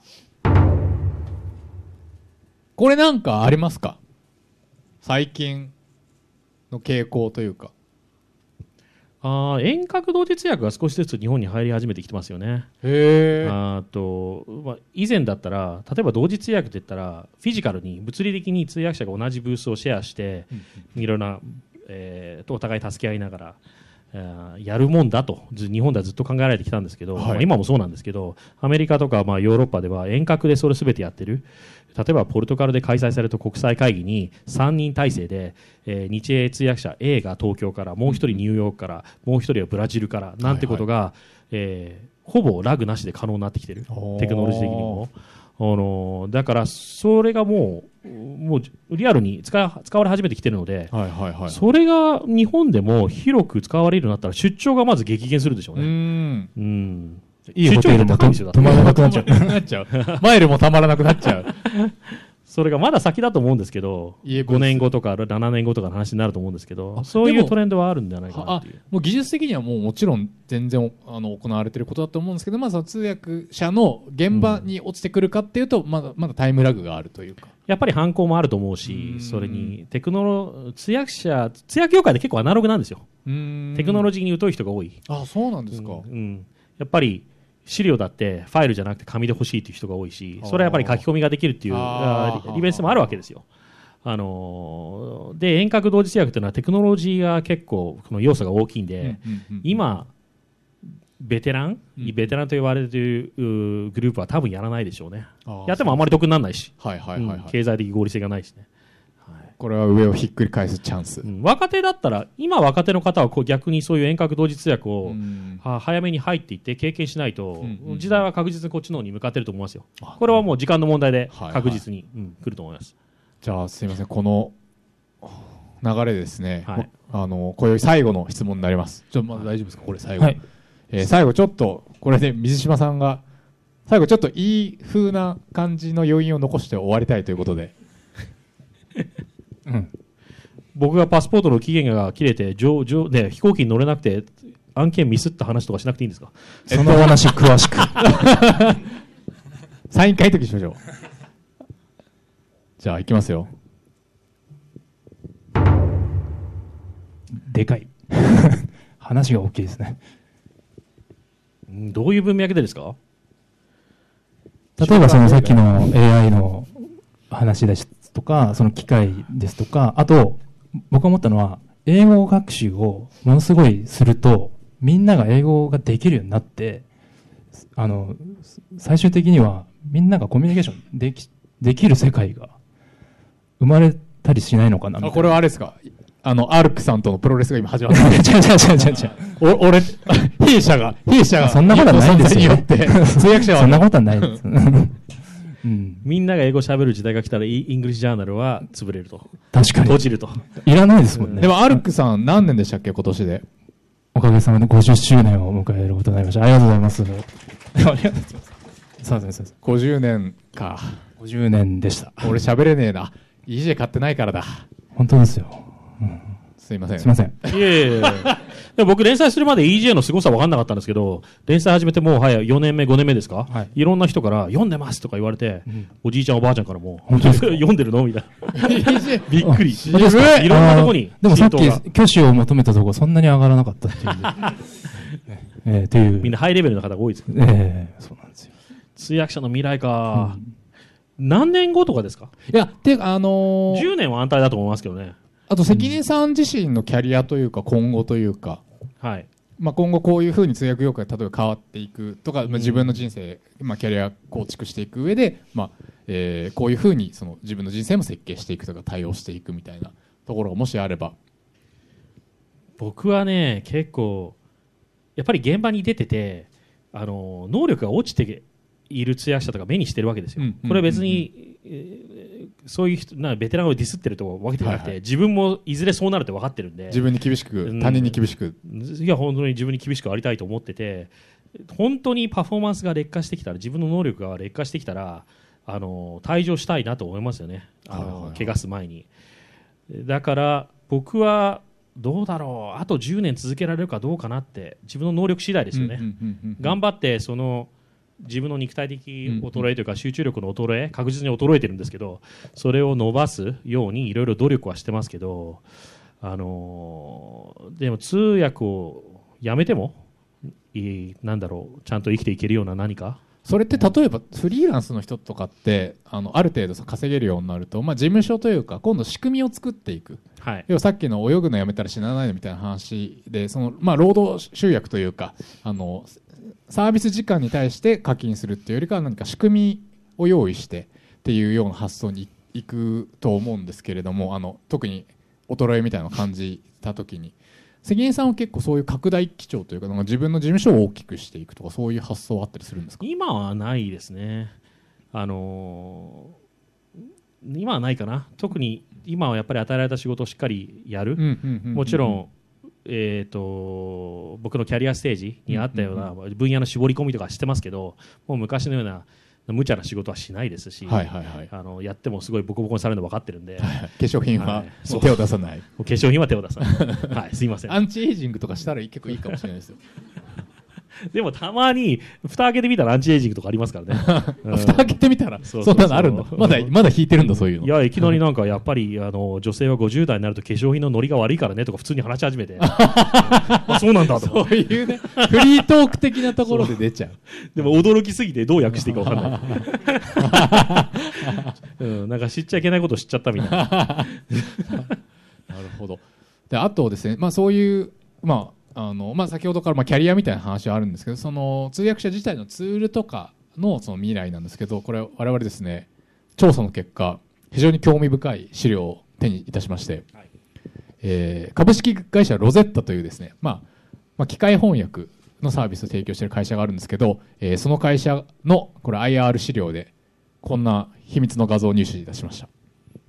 G: これなんかありますか最近の傾向というか。
C: あ遠隔同時通訳が少しずつ日本に入り始めてきてますよね。
G: へ
C: あと、まあ、以前だったら例えば同時通訳って言ったらフィジカルに物理的に通訳者が同じブースをシェアして、うん、いろんな、えー、とお互い助け合いながら、えー、やるもんだと日本ではずっと考えられてきたんですけど、はい、まあ、今もそうなんですけどアメリカとかまあヨーロッパでは遠隔でそれ全てやってる。例えばポルトガルで開催された国際会議にさんにん体制で、えー、日英通訳者 A が東京からもう一人ニューヨークからもう一人はブラジルからなんてことが、はいはい、えー、ほぼラグなしで可能になってきてるテクノロジー的にも。あのだからそれがもう、もうリアルに使、使われ始めてきてるので、
G: はいはいはい、
C: それが日本でも広く使われるようになったら出張がまず激減するでしょうね。
G: うん、
C: うん
E: いいホテルも止まらなくなっちゃう。
G: なっちゃうマイルもたまらなくなっちゃう
C: それがまだ先だと思うんですけどごねんごとかななねんごとかの話になると思うんですけどそういうトレンドはあるんじゃないかなっていう。
G: もう技術的にはもうもちろん全然あの行われていることだと思うんですけど、まあ、その通訳者の現場に落ちてくるかっていうと、うん、まだまだタイムラグがあるというか
C: やっぱり反抗もあると思うし、それにテクノロ通訳者通訳業界で結構アナログなんですよ。
G: うん
C: テクノロジーに疎い人が多い。
G: あそうなんですか、
C: うんうん、やっぱり資料だってファイルじゃなくて紙で欲しいという人が多いしそれはやっぱり書き込みができるっていう利便性もあるわけですよ。あのー、で遠隔同時通訳というのはテクノロジーが結構この要素が大きいんで、うんうんうん、今ベテラン、うん、ベテランと言われているグループは多分やらないでしょうね。やってもあまり得にならないし、
G: はいはいはいはい、
C: うん、経済的合理性がないしね。
G: これは上をひっくり返すチャンス、
C: うん、若手だったら今若手の方はこう逆にそういう遠隔同時通訳を、うん、は早めに入っていって経験しないと、うんうん、時代は確実にこっちの方に向かっていると思いますよ。これはもう時間の問題で確実に、はいはい、うん、来ると思います。
G: じゃあすいませんこの流れですね、はい、あのこういう最後の質問になります。ちょっとまだ大丈夫ですかこれ最後、はい、えー、最後ちょっとこれで水島さんが最後ちょっといい風な感じの余韻を残して終わりたいということで
C: うん、僕がパスポートの期限が切れて上上、ね、飛行機に乗れなくて案件ミスった話とかしなくていいんですか。
E: その話詳しく
G: サイン会の時にしましょう。じゃあ行きますよ。
E: でかい話が大きいですね。
C: うんどういう文脈でですか？
E: 例えばそのさっきの エーアイ の話ですとか、その機械ですとか、あと僕が思ったのは英語学習をものすごいするとみんなが英語ができるようになって、あの最終的にはみんながコミュニケーションできできる世界が生まれたりしないのかなみたいな。
G: あ、これはあれですか、あのアルクさんとのプロレスが今始まった。違う違う違う違う違う。お俺弊社が弊社が
E: そんなことはないですよ、ね。
G: によって通訳者は
E: そんなことはないです。うん、
C: みんなが英語喋る時代が来たらイングリッシュジャーナルは潰れると。
E: 確かに。
C: 閉じると。
E: いらないですもんね。
G: でもアルクさん何年でしたっけ今年で？
E: おかげさまでごじゅっしゅうねんを迎えることになりました。ありがとうございます。ありがとうございます。そうですね。
G: ごじゅうねんか。
E: ごじゅうねんでした。
G: 俺喋れねえな。イージェー 買ってないからだ。
E: 本当ですよ。うん、
G: すいません。
E: すいません。
C: いえいえ。でも僕連載するまで イージェー の凄さ分かんなかったんですけど、連載始めてもう早よねんめごねんめですか、はい、いろんな人から読んでますとか言われて、うん、おじいちゃんおばあちゃんからも読んでるのみたいなびっくり。いろんなとこに
E: でもさっき挙手を求めたところそんなに上がらなかったっていう、
C: えー、っていうみんなハイレベルの方が多いですけど、
E: えー、そうなんですよ。
C: 通訳者の未来か、うん、何年後とかですか？
G: いやてあのー、
C: じゅうねんは安泰だと思いますけどね。
G: あと関根さん自身のキャリアというか今後というか、はい、まあ、今後こういうふうに通訳業界が例えば変わっていくとか、まあ、自分の人生、まあ、キャリア構築していく上で、まあえー、こういうふうにその自分の人生も設計していくとか対応していくみたいなところがもしあれば。
C: 僕はね結構やっぱり現場に出ててあの能力が落ちている通訳者とか目にしてるわけですよ、うんうんうんうん、これは別に、えー、そういう人なベテランをディスってるとわけではなくて、はいはい、自分もいずれそうなるって分かってるんで、
G: 自分に厳しく他人に厳しく、
C: うん、いや本当に自分に厳しくありたいと思ってて、本当にパフォーマンスが劣化してきたら、自分の能力が劣化してきたらあの退場したいなと思いますよね、あの、はいはいはい、怪我す前に。だから僕はどうだろう、あとじゅうねん続けられるかどうかなって、自分の能力次第ですよね、うんうんうんうん、頑張ってその自分の肉体的衰えというか集中力の衰え、確実に衰えてるんですけど、それを伸ばすようにいろいろ努力はしてますけど、あのー、でも通訳をやめてもいい、なんだろう、ちゃんと生きていけるような何か。
G: それって例えばフリーランスの人とかってあのある程度稼げるようになると、まあ、事務所というか今度仕組みを作っていく、はい、要はさっきの泳ぐのやめたら死なないのみたいな話で、その、まあ、労働集約というかあのサービス時間に対して課金するっていうよりかは何か仕組みを用意してっていうような発想にいくと思うんですけれども、あの特に衰えみたいなのを感じた時に関根さんは結構そういう拡大基調というか、なんか自分の事務所を大きくしていくとかそういう発想はあったりするんですか？
C: 今はないですね。あのー、今はないかな。特に今はやっぱり与えられた仕事をしっかりやる、もちろん、えー、と僕のキャリアステージにあったような分野の絞り込みとかしてますけど、もう昔のような無茶な仕事はしないですし、はいはいはい、あのやってもすごいボコボコにされるの分かってるんで、はい、
G: 化粧品は手を出さない、
C: 化粧品は手を出さないはい、すいません。
G: アンチエイジングとかしたら結構いいかもしれないですよ
C: でもたまに蓋開けてみたらアンチエイジングとかありますからね
G: 蓋開けてみたらそんなのあるんだ。まだまだ引いてるんだそういうの。
C: いやいきなりなんかやっぱりあの女性はごじゅう代になると化粧品のノリが悪いからねとか普通に話し始めてあそうなんだと
G: そういうねフリートーク的なところで出ちゃう
C: でも驚きすぎてどう訳していいか分かんない、うん、なんか知っちゃいけないことを知っちゃったみたいななる
G: ほど。であとですね、まあ、そういうまああのまあ、先ほどからまあキャリアみたいな話はあるんですけど、その通訳者自体のツールとか の, その未来なんですけど、これ我々ですね調査の結果非常に興味深い資料を手にいたしまして、はい、えー、株式会社ロゼッタというですね、まあまあ、機械翻訳のサービスを提供している会社があるんですけど、えー、その会社のこれ アイアール 資料でこんな秘密の画像を入手いたしました。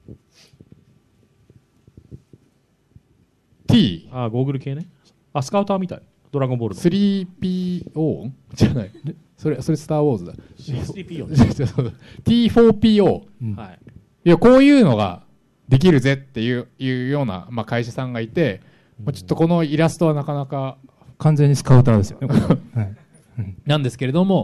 G: T
C: あゴーグル系ね、あスカウターみたい、ドラゴンボールの
G: スリーピーオー じゃない、それそれスターウォーズだ
C: スリーピーオー
G: ティーフォーピーオー、うん、はい、いやこういうのができるぜっていういうような、まあ、会社さんがいて、まあ、ちょっとこのイラストはなかなか
E: 完全にスカウターですよね、はい、
G: なんですけれども、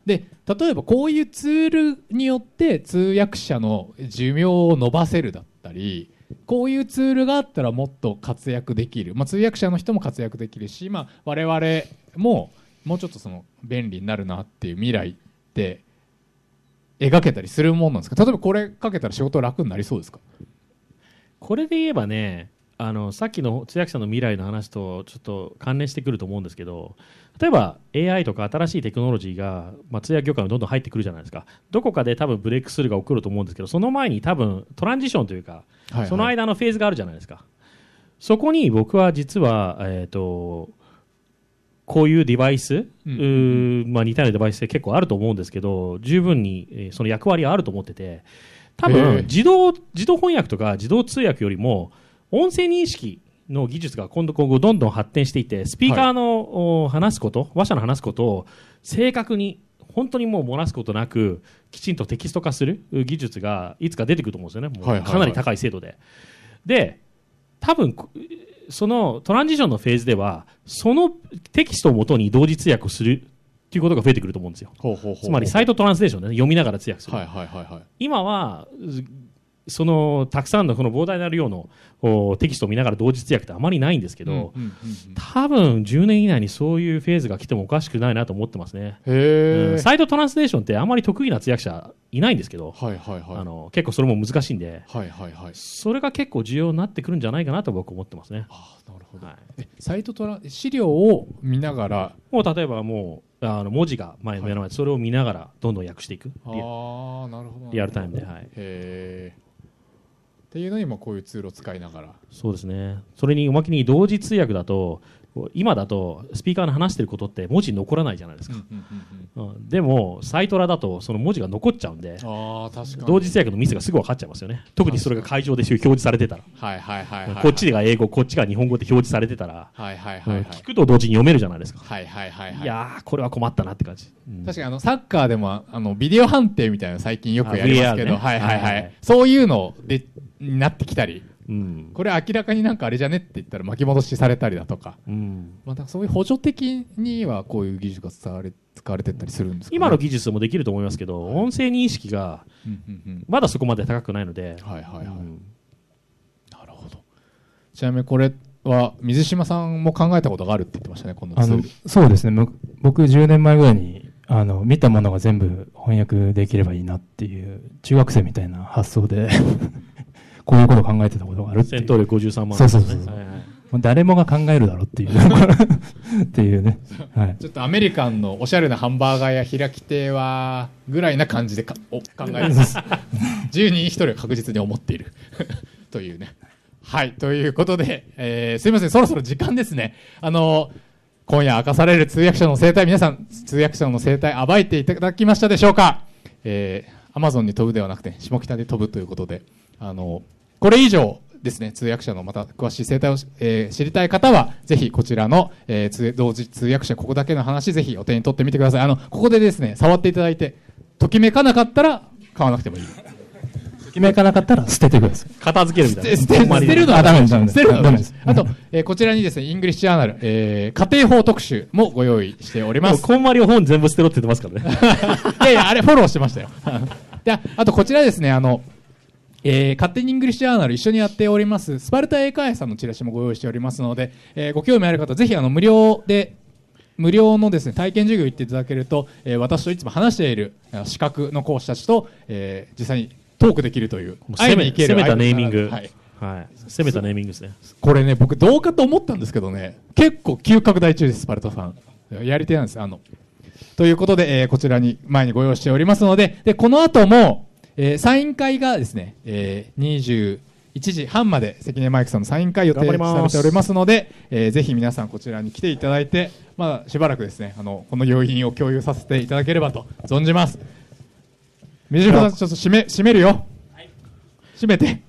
D: で例えばこういうツールによって通訳者の寿命を伸ばせるだったり、こういうツールがあったらもっと活躍できる、まあ、通訳者の人も活躍できるし、まあ、我々ももうちょっとその便利になるなっていう未来って描けたりするもんなんですか。例えばこれかけたら仕事楽になりそうですか。
C: これで言えばね、あのさっきの通訳者の未来の話とちょっと関連してくると思うんですけど、例えば エーアイ とか新しいテクノロジーが、まあ、通訳業界にどんどん入ってくるじゃないですか。どこかで多分ブレイクスルーが起こると思うんですけど、その前に多分トランジションというか、はいはい、その間のフェーズがあるじゃないですか。そこに僕は実は、えーと、こういうデバイス、うんまあ、似たようなデバイスって結構あると思うんですけど、十分に、えー、その役割はあると思ってて、多分自動、自動翻訳とか自動通訳よりも音声認識の技術が今度今後どんどん発展していて、スピーカーの、はい、話すこと、話者の話すことを正確に本当にもう漏らすことなくきちんとテキスト化する技術がいつか出てくると思うんですよね。もうかなり高い精度で、はいはいはい、で多分そのトランジションのフェーズではそのテキストをもとに同時通訳をするということが増えてくると思うんですよ。ほうほうほうほう。つまりサイトトランスレーションで、ね、読みながら通訳する、はいはいはいはい、今はそのたくさんのこの膨大な量のテキストを見ながら同時通訳ってあまりないんですけど、うんうんうんうん、多分じゅうねん以内にそういうフェーズが来てもおかしくないなと思ってますね。へー、うん、サイトトランスレーションってあまり得意な通訳者いないんですけど、はいはいはい、あの結構それも難しいんで、はいはいはい、それが結構重要になってくるんじゃないかなと僕は思ってますね。あ、なるほど、はい、えサイトトラ資料を見ながら
D: もう
C: 例えばもうあの文字が前の目の前でそれを見ながらどんどん訳していく、
D: あー、なるほど、
C: リアルタイムで、はい、
D: へーっていうのにもこういうツールを使いながら。
C: そうですね。それにおまけに同時通訳だと今だとスピーカーの話してることって文字に残らないじゃないですか、うんうんうんうん、でもサイトラだとその文字が残っちゃうんで、あ確かに同時通訳のミスがすぐ分かっちゃいますよね。特にそれが会場で表示されてたら、はいはいはいはいはい、こっちが英語こっちが日本語で表示されてたら、はいはいはいはい、聞くと同時に読めるじゃないですか、はいはいはいはい、いやーこれは困ったなって感じ、
D: うん、確かにあのサッカーでもあのビデオ判定みたいなの最近よくやりますけど、ね、はいはいはい、はい、そういうのでになってきたり、うん、これ明らかになんかあれじゃねって言ったら巻き戻しされたりだとか、うん、まあ、そういう補助的にはこういう技術が使われ使われてったりするんですかね。
C: 今の技術もできると思いますけど、はい、音声認識がまだそこまで高くないので、はいはいはい、うん、
D: なるほど。ちなみにこれは水島さんも考えたことがあるって言ってましたね、このツール。
E: そうですね、僕じゅうねんまえぐらいにあの見たものが全部翻訳できればいいなっていう中学生みたいな発想でこういうことを考えてたことがあるっていう。
C: 戦闘力ごじゅうさんまん、
E: ね、そうそうそうそう、はいはい、もう誰もが考えるだろうっていうっていうね、はい、
D: ちょっとアメリカンのおしゃれなハンバーガーや開き亭はぐらいな感じでかお考えますじゅうにんにひとりは確実に思っているというね。はい、ということで、えー、すいません、そろそろ時間ですね。あの今夜明かされる通訳者の生態、皆さん通訳者の生態暴いていただきましたでしょうか。えー、Amazon に飛ぶではなくて下北で飛ぶということで、あのこれ以上ですね、通訳者のまた詳しい生態を、えー、知りたい方はぜひこちらの、えー、同時通訳者ここだけの話ぜひお手に取ってみてください。あのここでですね触っていただいてときめかなかったら買わなくてもいい。
E: ときめかなかったら捨ててください。
C: 片付けるみたいな。
D: 捨て、捨てるのはダメです。捨てるのはダメです。あと、えー、こちらにですねイングリッシュジャーナル、えー、家庭法特集もご用意しております。
C: こんまりを本全部捨てろって言ってますから
D: ね。いやいやあれフォローしてましたよ。で、あとこちらですね、あのえー、勝手にイングリッシュジャーナル一緒にやっておりますスパルタ英会話さんのチラシもご用意しておりますので、えー、ご興味ある方ぜひあの無料で無料のですね体験授業行っていただけると、えー、私といつも話している資格の講師たちと、えー、実際にトークできるという
C: 攻め攻めたネーミング、はいはい、攻めたネーミングですね。
D: これね僕どうかと思ったんですけどね結構急拡大中です。スパルタさんやり手なんです。あのということで、えー、こちらに前にご用意しておりますので、でこの後もえー、サイン会がですね、えー、にじゅういちじはんまで関根マイクさんのサイン会予定されておりますので、えー、ぜひ皆さんこちらに来ていただいて、まあ、しばらくですねあのこの要因を共有させていただければと存じます。水島さんちょっと締め、締めるよ、はい、締めて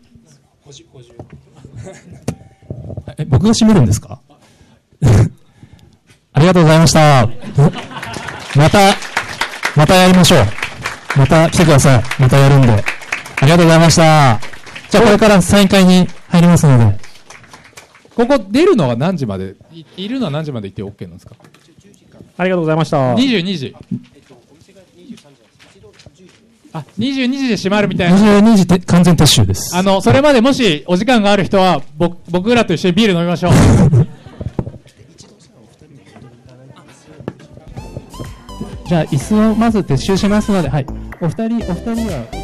E: え僕が締めるんですかありがとうございましたまたまたやりましょう。また来てください。またやるんで。ありがとうございました。じゃあこれからサイン会に入りますので。
D: ここ出るのは何時まで い, いるのは何時まで行って OK なんですか。
C: ありがとうございました。
D: にじゅうにじあ、にじゅうにじで閉まるみたいな。
E: にじゅうにじで完全撤収です。
D: あの、それまでもしお時間がある人は、僕、僕らと一緒にビール飲みましょう。
E: じゃあ、椅子をまず撤収しますので、はい。お二人、お二人は、